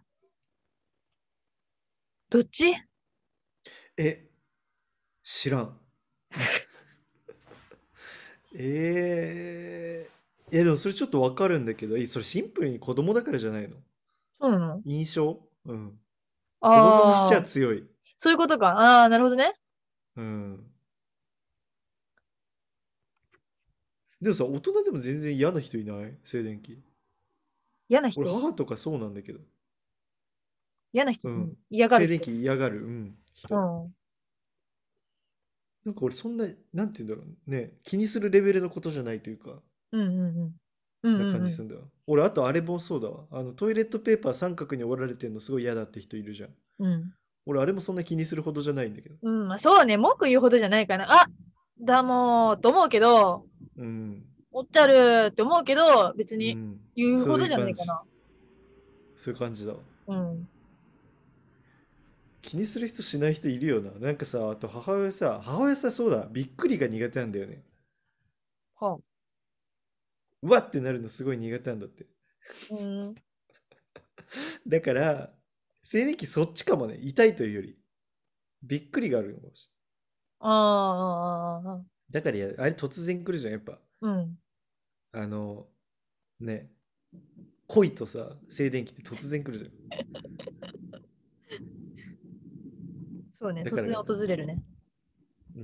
どっち？ え、知らん。えー、いやでもそれちょっとわかるんだけど、え、それシンプルに子供だからじゃないの？ そうなの？ 印象。うん。子供にしちああー、 ゃ強い。 そういうことか。ああ、なるほどね。 うん。でもさ、大人でも全然嫌な人いない静電気。俺、 嫌な人母とかそうなんだけど。 嫌な人、うん、 うん。静電嫌がる人。 気嫌がる、うん、人。 うん。うんなんか俺そんな、なんて言うんだろうね、気にするレベルのことじゃないというか、 うんうん。うんなうんうん。 感じするんだわ。俺、あとあれもそうだわ。あの、トイレットペーパー三角に折られてるのすごい嫌だって人いるじゃん。 うん。 俺、あれもそんな気にするほどじゃないんだけど。 うん、まあそうね、文句言うほどじゃないかな。あ、だもう、と思うけど、 うん。 おっちゃるって思うけど、別にうん。そう言うほどいう感じ。 じゃないかな。 そういう感じだわ。 うん。 気にする人しない人いるよな。なんかさ、あと母親さ、母親さ、そうだ、びっくりが苦手なんだよね。 はあ。 うわってなるのすごい苦手なんだって。 うん。 だから、静電気そっちかもね。痛いというより。びっくりがあるのかもしああ、ああ、 れない。だからや、あれ突然来るじゃん、やっぱ。 うん。 あの、ね、恋とさ、静電気って突然来るじゃん。 そうね、 だから、 突然訪れるね。 うん。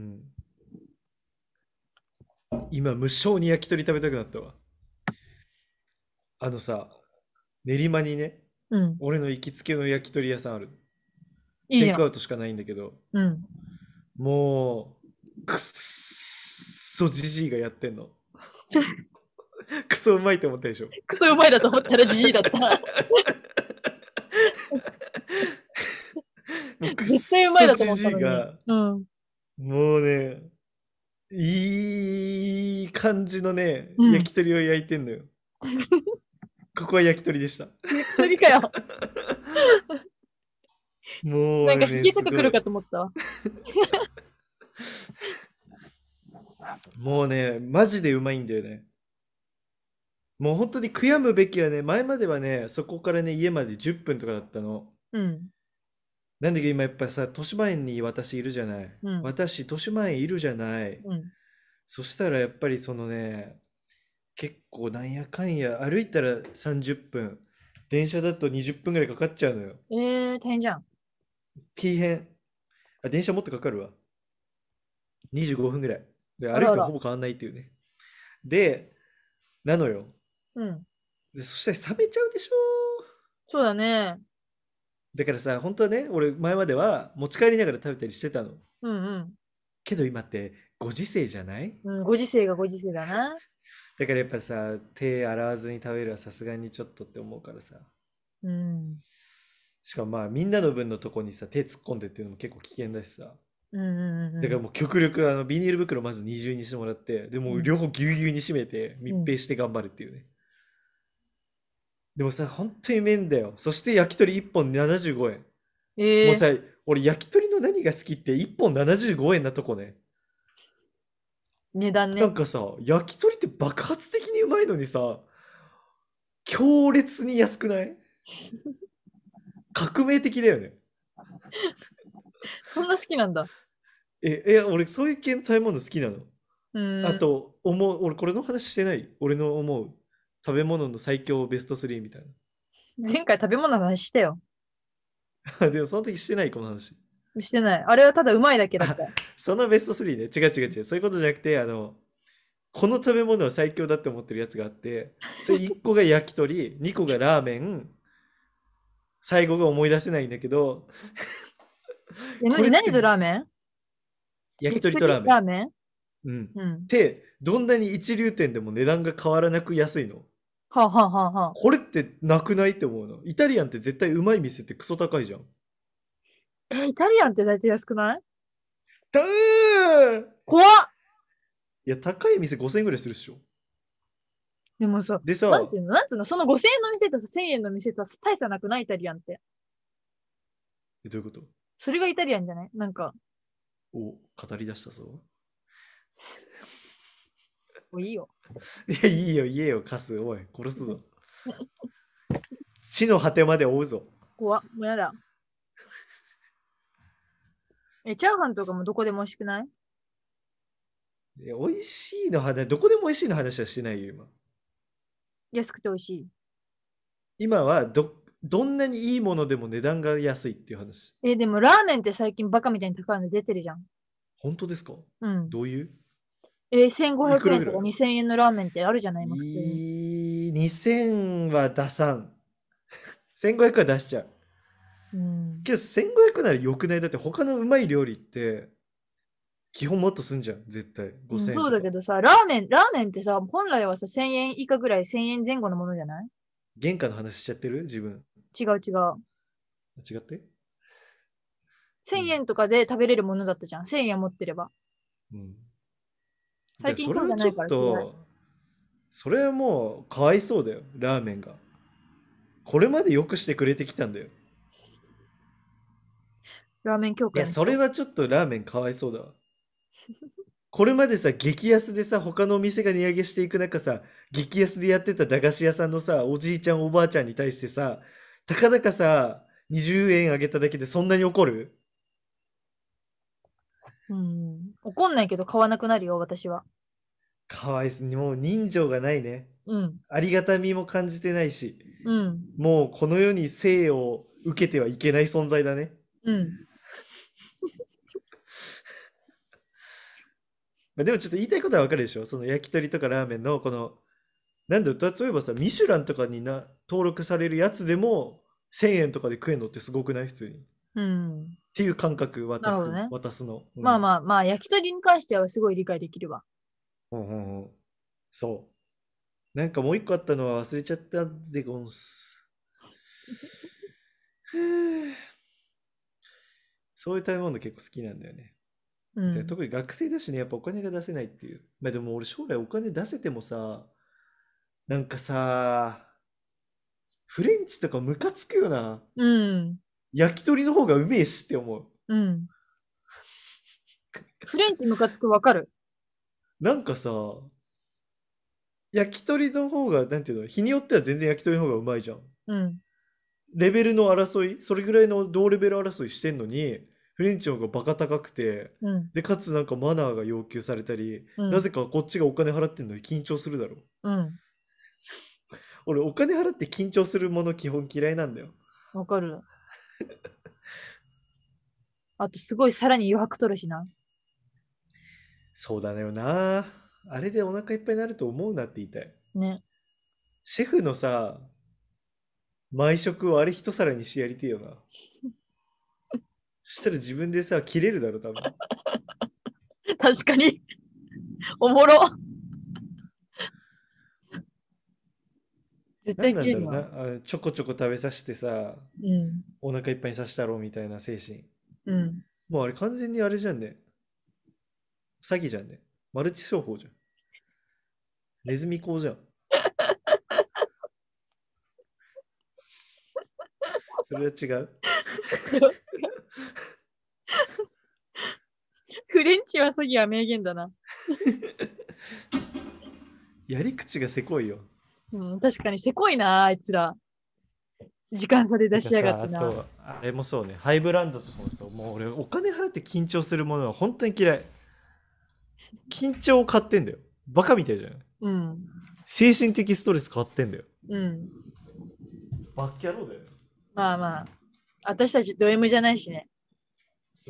今、無性に焼き鳥食べたくなったわ。あのさ、練馬にね、 うん。 俺の行きつけの焼き鳥屋さんある。テイいいじゃん。 クアウトしかないんだけど、 うん。 もう、くっそじじいがやってんの。クソうまいと思ったでしょ。 クソうまいだと思ったらジジイだった。 もうくっ絶対うまいだとそじ思ったのに。 じいが、 うん。 もうね、いい感じのね、 うん。 焼き鳥を焼いてんのよ。ここは焼き鳥でした。 焼き鳥かよ。 もうね、 なんか引きすごい。 裂く来るかと思ったわ。 もうね、マジでうまいんだよね。もう本当に悔やむべきはね、前まではね、そこからね、家までじゅっぷんとかだったの。 うん。 なんだけど今やっぱりさ、豊島園に私いるじゃない。 うん。 私、豊島園いるじゃない。 うん。 そしたらやっぱりそのね、結構なんやかんや、歩いたらさんじゅっぷん、電車だとにじゅっぷんぐらいかかっちゃうのよ。 えー、大変じゃん。 大変。あ、電車もっとかかるわ。にじゅうごふんぐらい。で、歩いあらあら。 てもほぼ変わんないっていうね。で、なのよ。 うん。 で、そしたら冷めちゃうでしょ。 そうだね。 だからさ、本当はね、俺前までは持ち帰りながら食べたりしてたの。 うんうん。 けど今ってご時世じゃない？ うん、ご時世がご時世だな。 だからやっぱさ、手洗わずに食べるはさすがにちょっとって思うからさ。 うん。 しかもまあみんなの分のとこにさ、手突っ込んでっていうのも結構危険だしさ。 うんうんうんだからもう極力あのビニール袋まず二重にしてもらって、でもううん。 両方ぎゅうぎゅうに締めて密うん。 閉して頑張るっていうね。でもさ、本当に麺だよ。そして焼き鳥いっぽんななじゅうごえん。もうええさ、俺焼き鳥の何が好きっていっぽんななじゅうごえんなとこね。 ー、値段ね。 なんかさ、焼き鳥って爆発的にうまいのにさ、強烈に安くない？革命的だよね。 そんな好きなんだ。 え、え、俺そういう系の食べ物好きなの。 うーん。 あと、思う、俺これの話してない。俺の思う食べ物の最強ベストスリーみたい前回食べ物の話したよ。 な。でもその時してない、この話。 してない。あれはただうまいだけだっあ、 た。 そのベストスリーね。違う違う違う。そういうことじゃなくて、あの、この食べ物は最強だって思ってるやつがあって、それいっこが焼き鳥、にこがラーメン、最後が思い出せないんだけど、 え、何、 これって何とラーメン？ 焼き焼き鳥とラーメン。 鳥ラーメン？ うん。 うん。 で、どんなに一流店でも値段が変わらなく安いの。 はあ、はあはあはあ、 これってなくないって思うの。イタリアンって絶対うまい店ってクソ高いじゃん。 え、イタリアンって大体安くない？ だー怖っ。 いや、高い店ごせんえんぐらいするっしょ。 でもさ、 でさ、 なんていうのなんていうのそのごせんえんの店とさ、せんえんの店とさ、大差なくない？イタリアンって。 えどういうこと？ それがイタリアンじゃない？なんか、 お、語り出したぞ。 もういいよ。 いや、いいよ、言えよ、カス。おい、殺すぞ。地の果てまで追うぞ。 怖っ。もうやだ。え、チャーハンとかもどこでも美味しくない？ いや美味しいの話、どこでも美味しいの話はしてないよ、今。 安くて美味しい。 今はど、どんなにいいものでも値段が安いっていう話。 え、でもラーメンって最近バカみたいに高いの出てるじゃん。 本当ですか？ うん。 どういう？ え、1500 いくらぐらい？ 円とかにせんえんのラーメンってあるじゃない今普通に。 いい、にせんは出さん。せんごひゃくは出しちゃう。 うん。 けどせんごひゃくなら良くない？だって他のうまい料理って基本もっとすんじゃん、絶対。 うん、 5000円そうとか。 だけどさ、ラーメン、ラーメンってさ、本来はさ、せんえん以下ぐらい、せんえん前後のものじゃない？ 原価の話しちゃってる自分。 違う違う。 違って？う 1000 ん。 円とかで食べれるものだったじゃん。せんえん持ってれば。 うん。 最で、それ近そうじゃないはちょっから嫌い。 と、それはもうかわいそうだよ、ラーメンが。これまで良くしてくれてきたんだよ。 ラーメン協いや、 会の人。 それはちょっとラーメンかわいそうだわ。これまでさ、激安でさ、他のお店が値上げしていく中さ、激安でやってた駄菓子屋さんのさ、おじいちゃん、おばあちゃんに対してさ、たかだかさ、にじゅうえん上げただけでそんなに怒る？ うん。怒んないけど買わなくなるよ、私は。 かわいそうに、もう人情がないね。 うん。 ありがたみも感じてないし、 うん。 もうこの世に生を受けてはいけない存在だね。 うん。 まあ、でもちょっと言いたいことはわかるでしょ？その焼き鳥とかラーメンのこの、なんだろう、例えばさ、ミシュランとかにな登録されるやつでもせんえんとかで食えるのってすごくない？普通に。っうん。 ていう感覚渡す、 なるほどね。 渡すの。うん。 まあまあまあ、焼き鳥に関してはすごい理解できるわ。 うんうんうん。そう。なんかもう一個あったのは忘れちゃったでゴンス。ふぅそういう食べ物結構好きなんだよね。で、 うん。 特に学生だしね、やっぱお金が出せないっていう。まあでも俺将来お金出せてもさ、なんかさ、フレンチとかムカつくよな。 うん。 焼き鳥の方がうめえしって思う。 うん。フレンチムカつくわかる。 なんかさ、焼き鳥の方が、なんていうの、日によっては全然焼き鳥の方がうまいじゃん。 うん。 レベルの争い、それぐらいの同レベル争いしてんのに、フレンチの方がバカ高くて、 うん。 で、かつなんかマナーが要求されたり、 うん。 なぜかこっちがお金払ってんのに緊張するだろ。 うん。 俺、お金払って緊張するもの基本嫌いなんだよ。 わかる。あと、すごいさらに余白取るしな。 そうだよな。あれでお腹いっぱいになると思うなって言いたい。 ね。 シェフのさ、毎食をあれ一皿にしてやりてえよな。そしたら自分でさ、切れるだろ、多分。 確かに。おもろ。絶何対なんだろうな。 切れるわ。 あちょこちょこ食べさせてさ、 うん。 お腹いっぱいにさせたろうみたいな精神。 うん。 もうあれ完全にあれじゃんね。詐欺じゃんね。マルチ商法じゃん。ネズミ講じゃん。それは違う。 フレンチは詐欺は名言だな。 やり口がせこいよ。 うん、確かにせこいな、あいつら。 時間差で出しやがてかさ、 ってな。 あと、あれもそうね、ハイブランドとかもそう、もう俺、お金払って緊張するものは本当に嫌い。緊張を買ってんだよ。バカみたいじゃない。 うん。 精神的ストレス買ってんだよ。 うん。 バッキャローだよね。 まあまあ。私たちド M じゃないしね。 そう。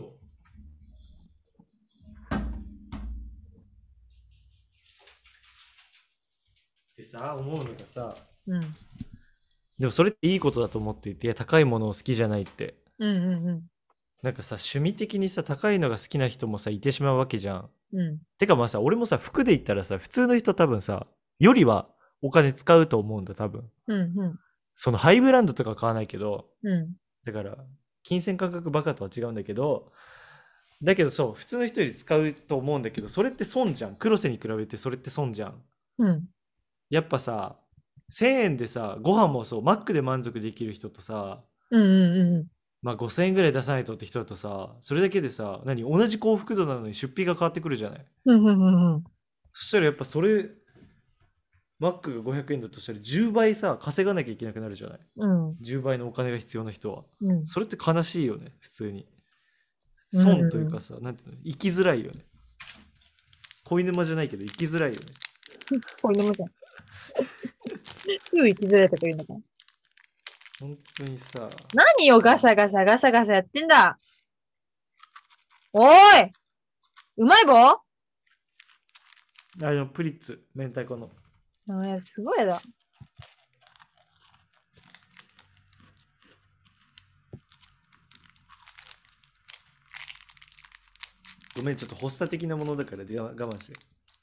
でさ、思うのがさ、 うん。 でもそれっていいことだと思っていて、高いものを好きじゃないって。 うんうんうん。 なんかさ、趣味的にさ、高いのが好きな人もさ、いてしまうわけじゃん。 うん。 てかまあさ、俺もさ、服で言ったらさ、普通の人多分さ、よりはお金使うと思うんだ、多分。 うんうん。 そのハイブランドとか買わないけど、 うん。 だから、金銭感覚バカとは違うんだけど、だけどそう、普通の人より使うと思うんだけど、それって損じゃん。黒瀬に比べてそれって損じゃん。 うん。 やっぱさ、せんえんでさ、ご飯もそう、マックで満足できる人とさ、 うんうんうん。 まあごせんえんぐらい出さないとって人だとさ、それだけでさ、何、同じ幸福度なのに出費が変わってくるじゃない。 うんうんうんうん。 そしたらやっぱそれ、マックがごひゃくえんだとしたらじゅうばいさ、稼がなきゃいけなくなるじゃない。 うん。 じゅうばいのお金が必要な人は。 うん。 それって悲しいよね、普通に。 うん損といううん。 かさ、なんていうの、生きづらいよね。恋沼じゃないけど生きづらいよね。 こういうのもじゃん。すぐ行きづらいとか言うのか。 本当にさ、 何よ、ガサガサガサガサやってんだ。おーい、うまい棒。ああのプリッツ、明太子の。 ーすごいやだ。 ごめん、ちょっと発作的なものだからで我慢して。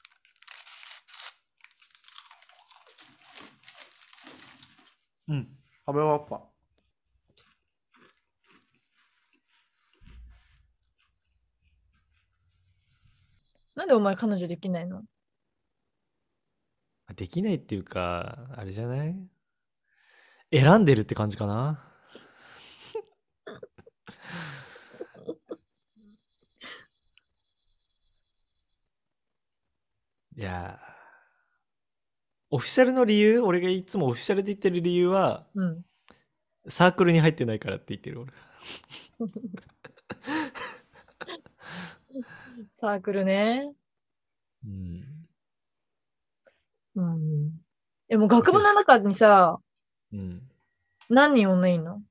うん、食べ終わった。 なんでお前彼女できないの？ できないっていうか、あれじゃない、選んでるって感じかな。いやー、オフィシャルの理由、俺がいつもオフィシャルで言ってる理由は、 うん。 サークルに入ってないからって言ってる俺。 サークルね。 うん。 うん。え、もう学だけど、 部の中にさ、 うん。 何人女いんの？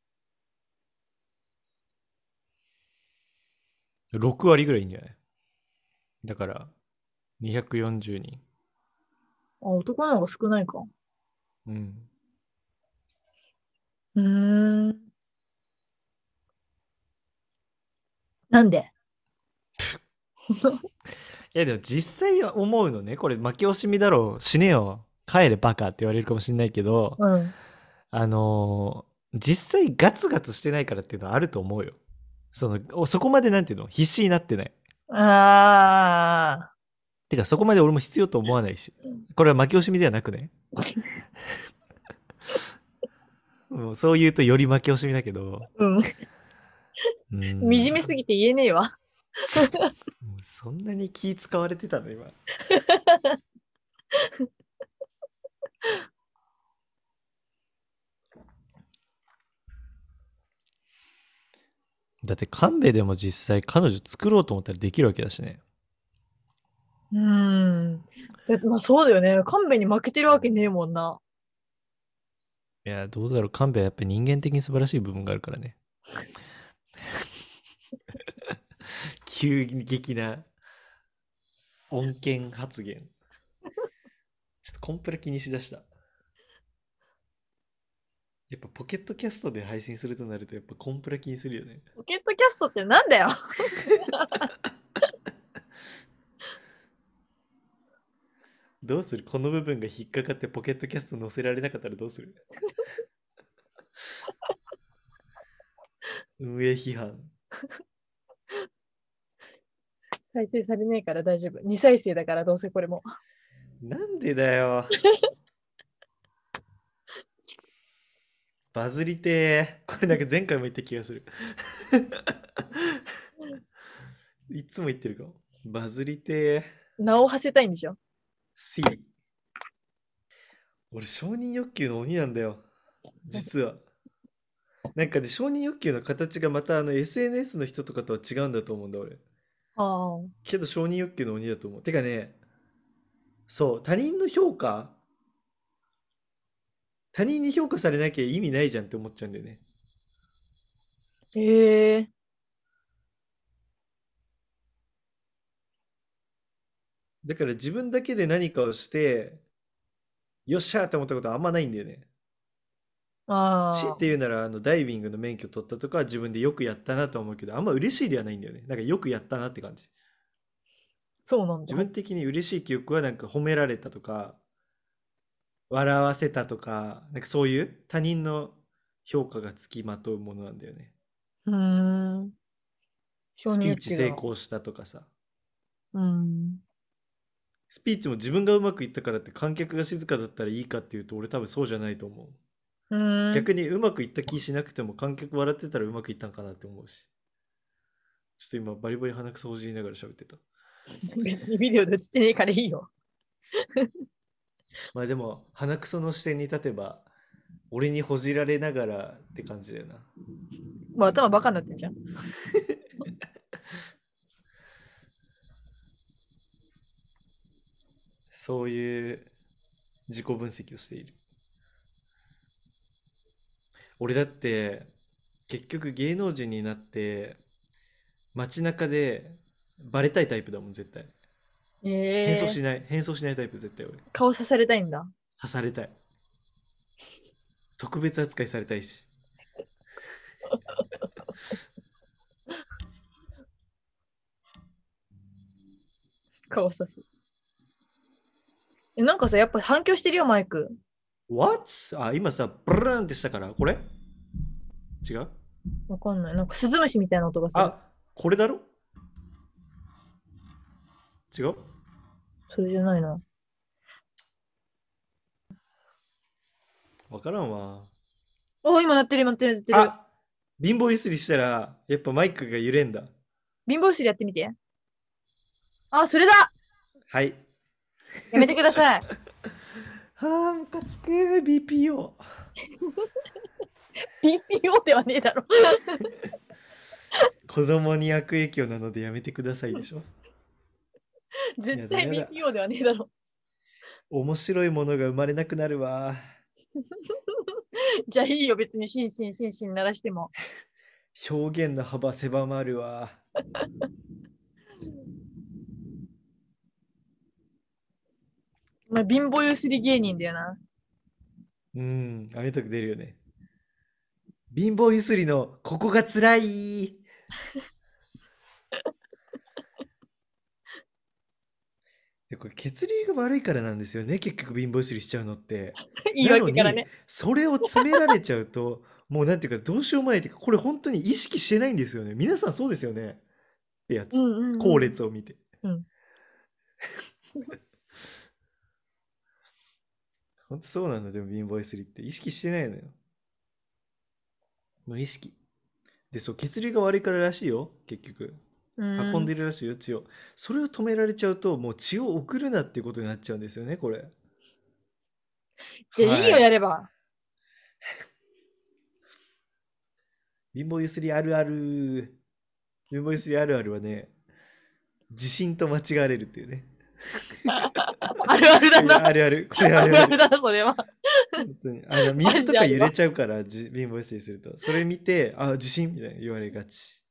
ろく割ぐらいいいんじゃない？だから、にひゃくよんじゅうにん。 あ、男の方が少ないか。 うん。 うーん。なんで？ いやでも実際思うのね、これ負け惜しみだろう、死ねよ、帰れバカって言われるかもしれないけど、 うん。 あのー実際ガツガツしてないからっていうのはあると思うよ。その、おそこまでなんていうの、必死になってない。 あてかそこまで俺も必要と思わないし。これは負け惜しみではなくね。もうそう言うとより負け惜しみだけど、 ー。うん。 うーん。 惨めすぎて言えねえわ。 もうそんなに気使われてたの今。だって神戸でも実際彼女作ろうと思ったらできるわけだしね。 うーん。だまあそうだよね。勘弁に負けてるわけねえもんな。 いや、どうだろう。神戸はやっぱり人間的に素晴らしい部分があるからね。急激な穏健発言。ちょっとコンプラ気にしだした。やっぱポケットキャストで配信するとなるとやっぱコンプラ気にするよね。 ポケットキャストってなんだよ。 どうする、この部分が引っかかってポケットキャスト載せられなかったらどうする？運営批判。 再生されねえから大丈夫。に再生だからどうせこれも。 なんでだよ。バズりてー。これなんか前回も言った気がする。いつも言ってるかも。バズりてー。 名を馳せたいんでしょ？ C。俺承認欲求の鬼なんだよ。実は。 なんかね、承認欲求の形がまたあの エスエヌエス の人とかとは違うんだと思うんだ、俺。 ああ、 けど承認欲求の鬼だと思う。てかね、そう、他人の評価、他人に評価されなきゃ意味ないじゃんって思っちゃうんだよね。 へえ、 だから自分だけで何かをして、よっしゃーって思ったことはあんまないんだよね。強いああ、 て言うなら、あの、ダイビングの免許取ったとかは自分でよくやったなと思うけど、あんま嬉しいではないんだよね。なんかよくやったなって感じ。 そうなんだ。 自分的に嬉しい記憶はなんか褒められたとか、笑わせたとか、なんかそういう他人の評価がつきまとうものなんだよね。 うーん、承認スピーチ欲求だな。 成功したとかさ。 うん。 スピーチも自分がうまくいったからって観客が静かだったらいいかっていうと俺多分そうじゃないと思う。 うーん。 逆にうまくいった気しなくても観客笑ってたらうまくいったんかなって思うし。ちょっと今バリバリ鼻くそほじりながら喋ってた。 別にビデオで映ってねえからいいよ。 まあでも鼻くその視点に立てば俺にほじられながらって感じだよな。 もう頭バカになってんじゃん。 そういう自己分析をしている。俺だって結局芸能人になって街中でバレたいタイプだもん絶対。変装ええ、 しない変装しないタイプ絶対俺。 顔刺されたいんだ。 刺されたい。特別扱いされたいし。 顔刺す。え、なんかさ、やっぱ反響してるよ、マイク。 What? あ、今さ、ブルーンってしたから、これ違う？ わかんない。なんかスズムシみたいな音がする。 あ、これだろ？違う？ それじゃないな。 わからんわ。 お、今鳴ってる、今鳴ってる、鳴ってる。 あ、貧乏ゆすりしたら、やっぱマイクが揺れんだ。 貧乏汁やってみて。あ、それだ。 はい。 やめてください。 はあ、ムカつく ビーピーオー。 ピーピーオー ではねえだろ。 子供に悪影響なのでやめてくださいでしょ。 絶対やだやだ。 ビーピーオー ではねえだろ。 面白いものが生まれなくなるわ。 じゃあいいよ、別にシンシンシンシン鳴らしても。 表現の幅狭まるわ。 お前貧乏ゆすり芸人だよな。 うん、あげとく出るよね。貧乏ゆすりのここが辛い。でこれ血流が悪いからなんですよね、結局貧乏ゆすりしちゃうのって。 言いなのに訳からね。 それを詰められちゃうともうなんていうかどうしようもないっていうか、これ本当に意識してないんですよね。皆さんそうですよねってやつ。 うんうん後うん。 列を見て。 うん。 本当そうなの。でも貧乏ゆすりって意識してないのよ。無意識で。そう、血流が悪いかららしいよ結局。 うん。 運んでるらしいよ血を。それを止められちゃうともう血を送るなっていうことになっちゃうんですよねこれ。 じゃあいいよ、やはい。 れば。 貧乏ゆすりあるある。貧乏ゆすりあるあるはね、地震と間違われるっていうね。 あるあるだな。 これあるある。これああるある。 るあるだな、それは。 本当に。あの、 マ水とか揺れジであるわ。 ちゃうから、じ貧乏ゆすりすると。それ見て、あ、地震みたいな言われがち。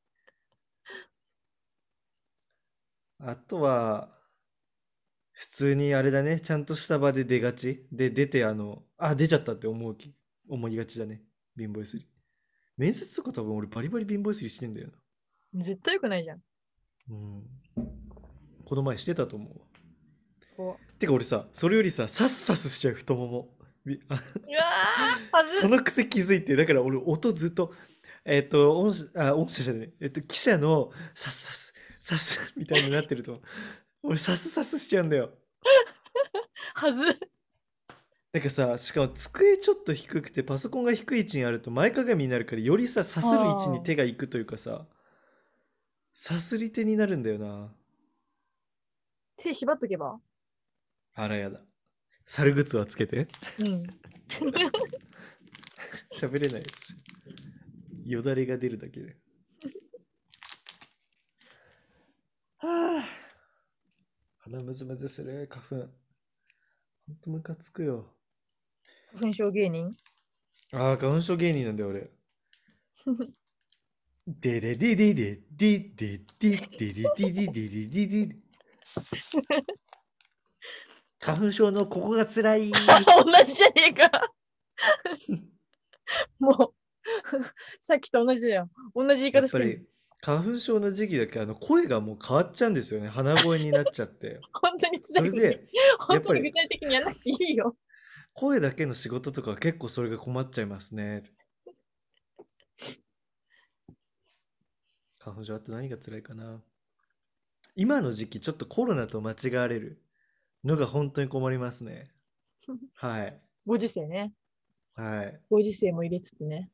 あとは、普通にあれだね。ちゃんとした場で出がち。で、出て、あの、あ、出ちゃったって思うき、思いがちだね。貧乏ゆすり。面接とか多分俺バリバリ貧乏ゆすりしてんだよ絶対良くないじゃん。 な。うん。この前してたと思うわ。 こてか俺さ、それよりさ、サッサスしちゃう太もも。みあう。うわー、はず。 そのくせ気づいて、だから俺音ずっと、えっと、音声、あ、音声じゃない、えっと、記者のサスサス、サスみたいになってると、俺サスサスしちゃうんだよ。 はず。 なんかさ、しかも机ちょっと低くてパソコンが低い位置にあると前かがみになるからよりさ、さする位置にああ。 手がいくというかさ、さすり手になるんだよな。 手縛っとけば。 あらやだ。猿グッズはつけて。 うん。 喋れない。 よだれが出るだけで。はあ。鼻むずむずする、花粉。ほんとムカつくよ。 花粉症芸人。 ああ、花粉症芸人なんだよ、俺。ででででででででででででででで。花粉症のここがつらい。 同じじゃねえか。もう、さっきと同じだよ。同じ言いや方してる。 っぱり花粉症の時期だけあの声がもう変わっちゃうんですよね。鼻声になっちゃって。 本当にそれで、やっぱり本当に具体的にやらなくていいよ。 声だけの仕事とかは結構それが困っちゃいますね。花粉症あと何が辛いかな。今の時期ちょっとコロナと間違われるのが本当に困りますね。はい。 ご時世ね。 はい。 ご時世も入れつつね。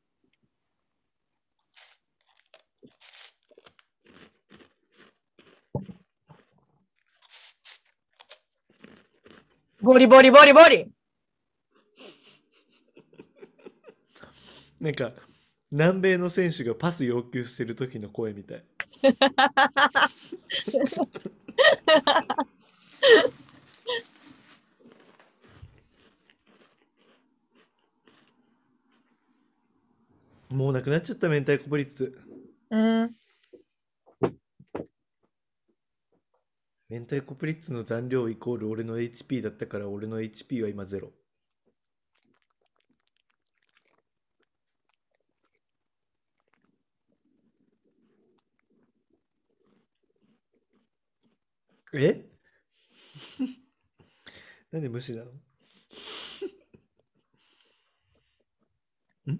ボリボリボリボリ。 なんか、南米の選手がパス要求してる時の声みたい。もうなくなっちゃった明太子ブリッツ。 うん。 明太子プリッツの残量イコール俺の エイチピー だったから俺の エイチピー は今ゼロ。えなんで無視なの？ん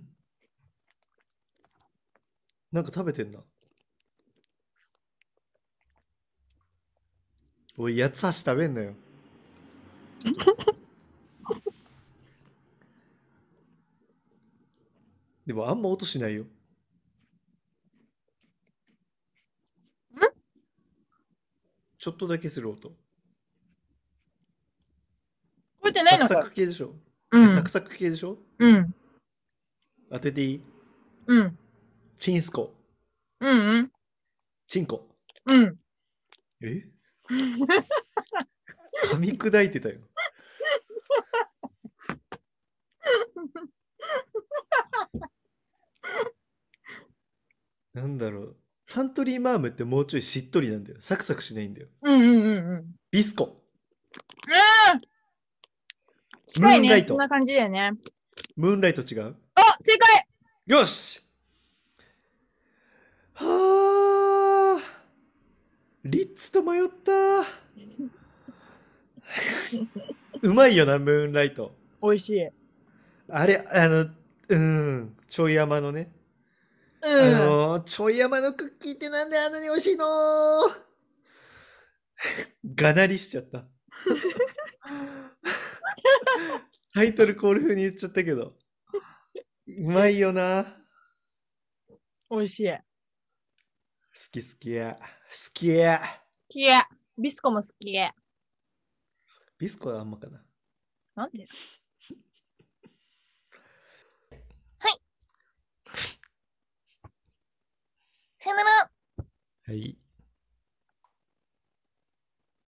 なんか食べてんな。おい、八つ橋食べんなよ。でもあんま音しないよ。ちょっとだけする音。 こえてないサクサのか。 ク系でしょ？ うん。 サクサク系でしょ？ うん。 当てていい？ うん。 チンスコ。 うん。うん。 チンコ。 うん。 え噛み砕いてたよ。なんだろう。カントリーマームってもうちょいしっとりなんだよ。サクサクしないんだよ。 うんうんうんうん。 ビスコ。 ああム近いね。 ーンライト。 そんな感じだよね。 ムーンライト違う？ あ、正解。 よし。はあ。リッツと迷った。うまいよな、ムーンライト。 美味しい。 あれ、あの、うん、ちょい山のね。あうん。 のー、ちょい山のクッキーってなんであんなに美味しいの？がなりしちゃった。タイトルコール風に言っちゃったけど。うまいよな。好美味しい。好き好きや。好きや。 きや。ビスコも好きや。 ビスコはあんまかな。 なんで？はい。さよなら。 はい。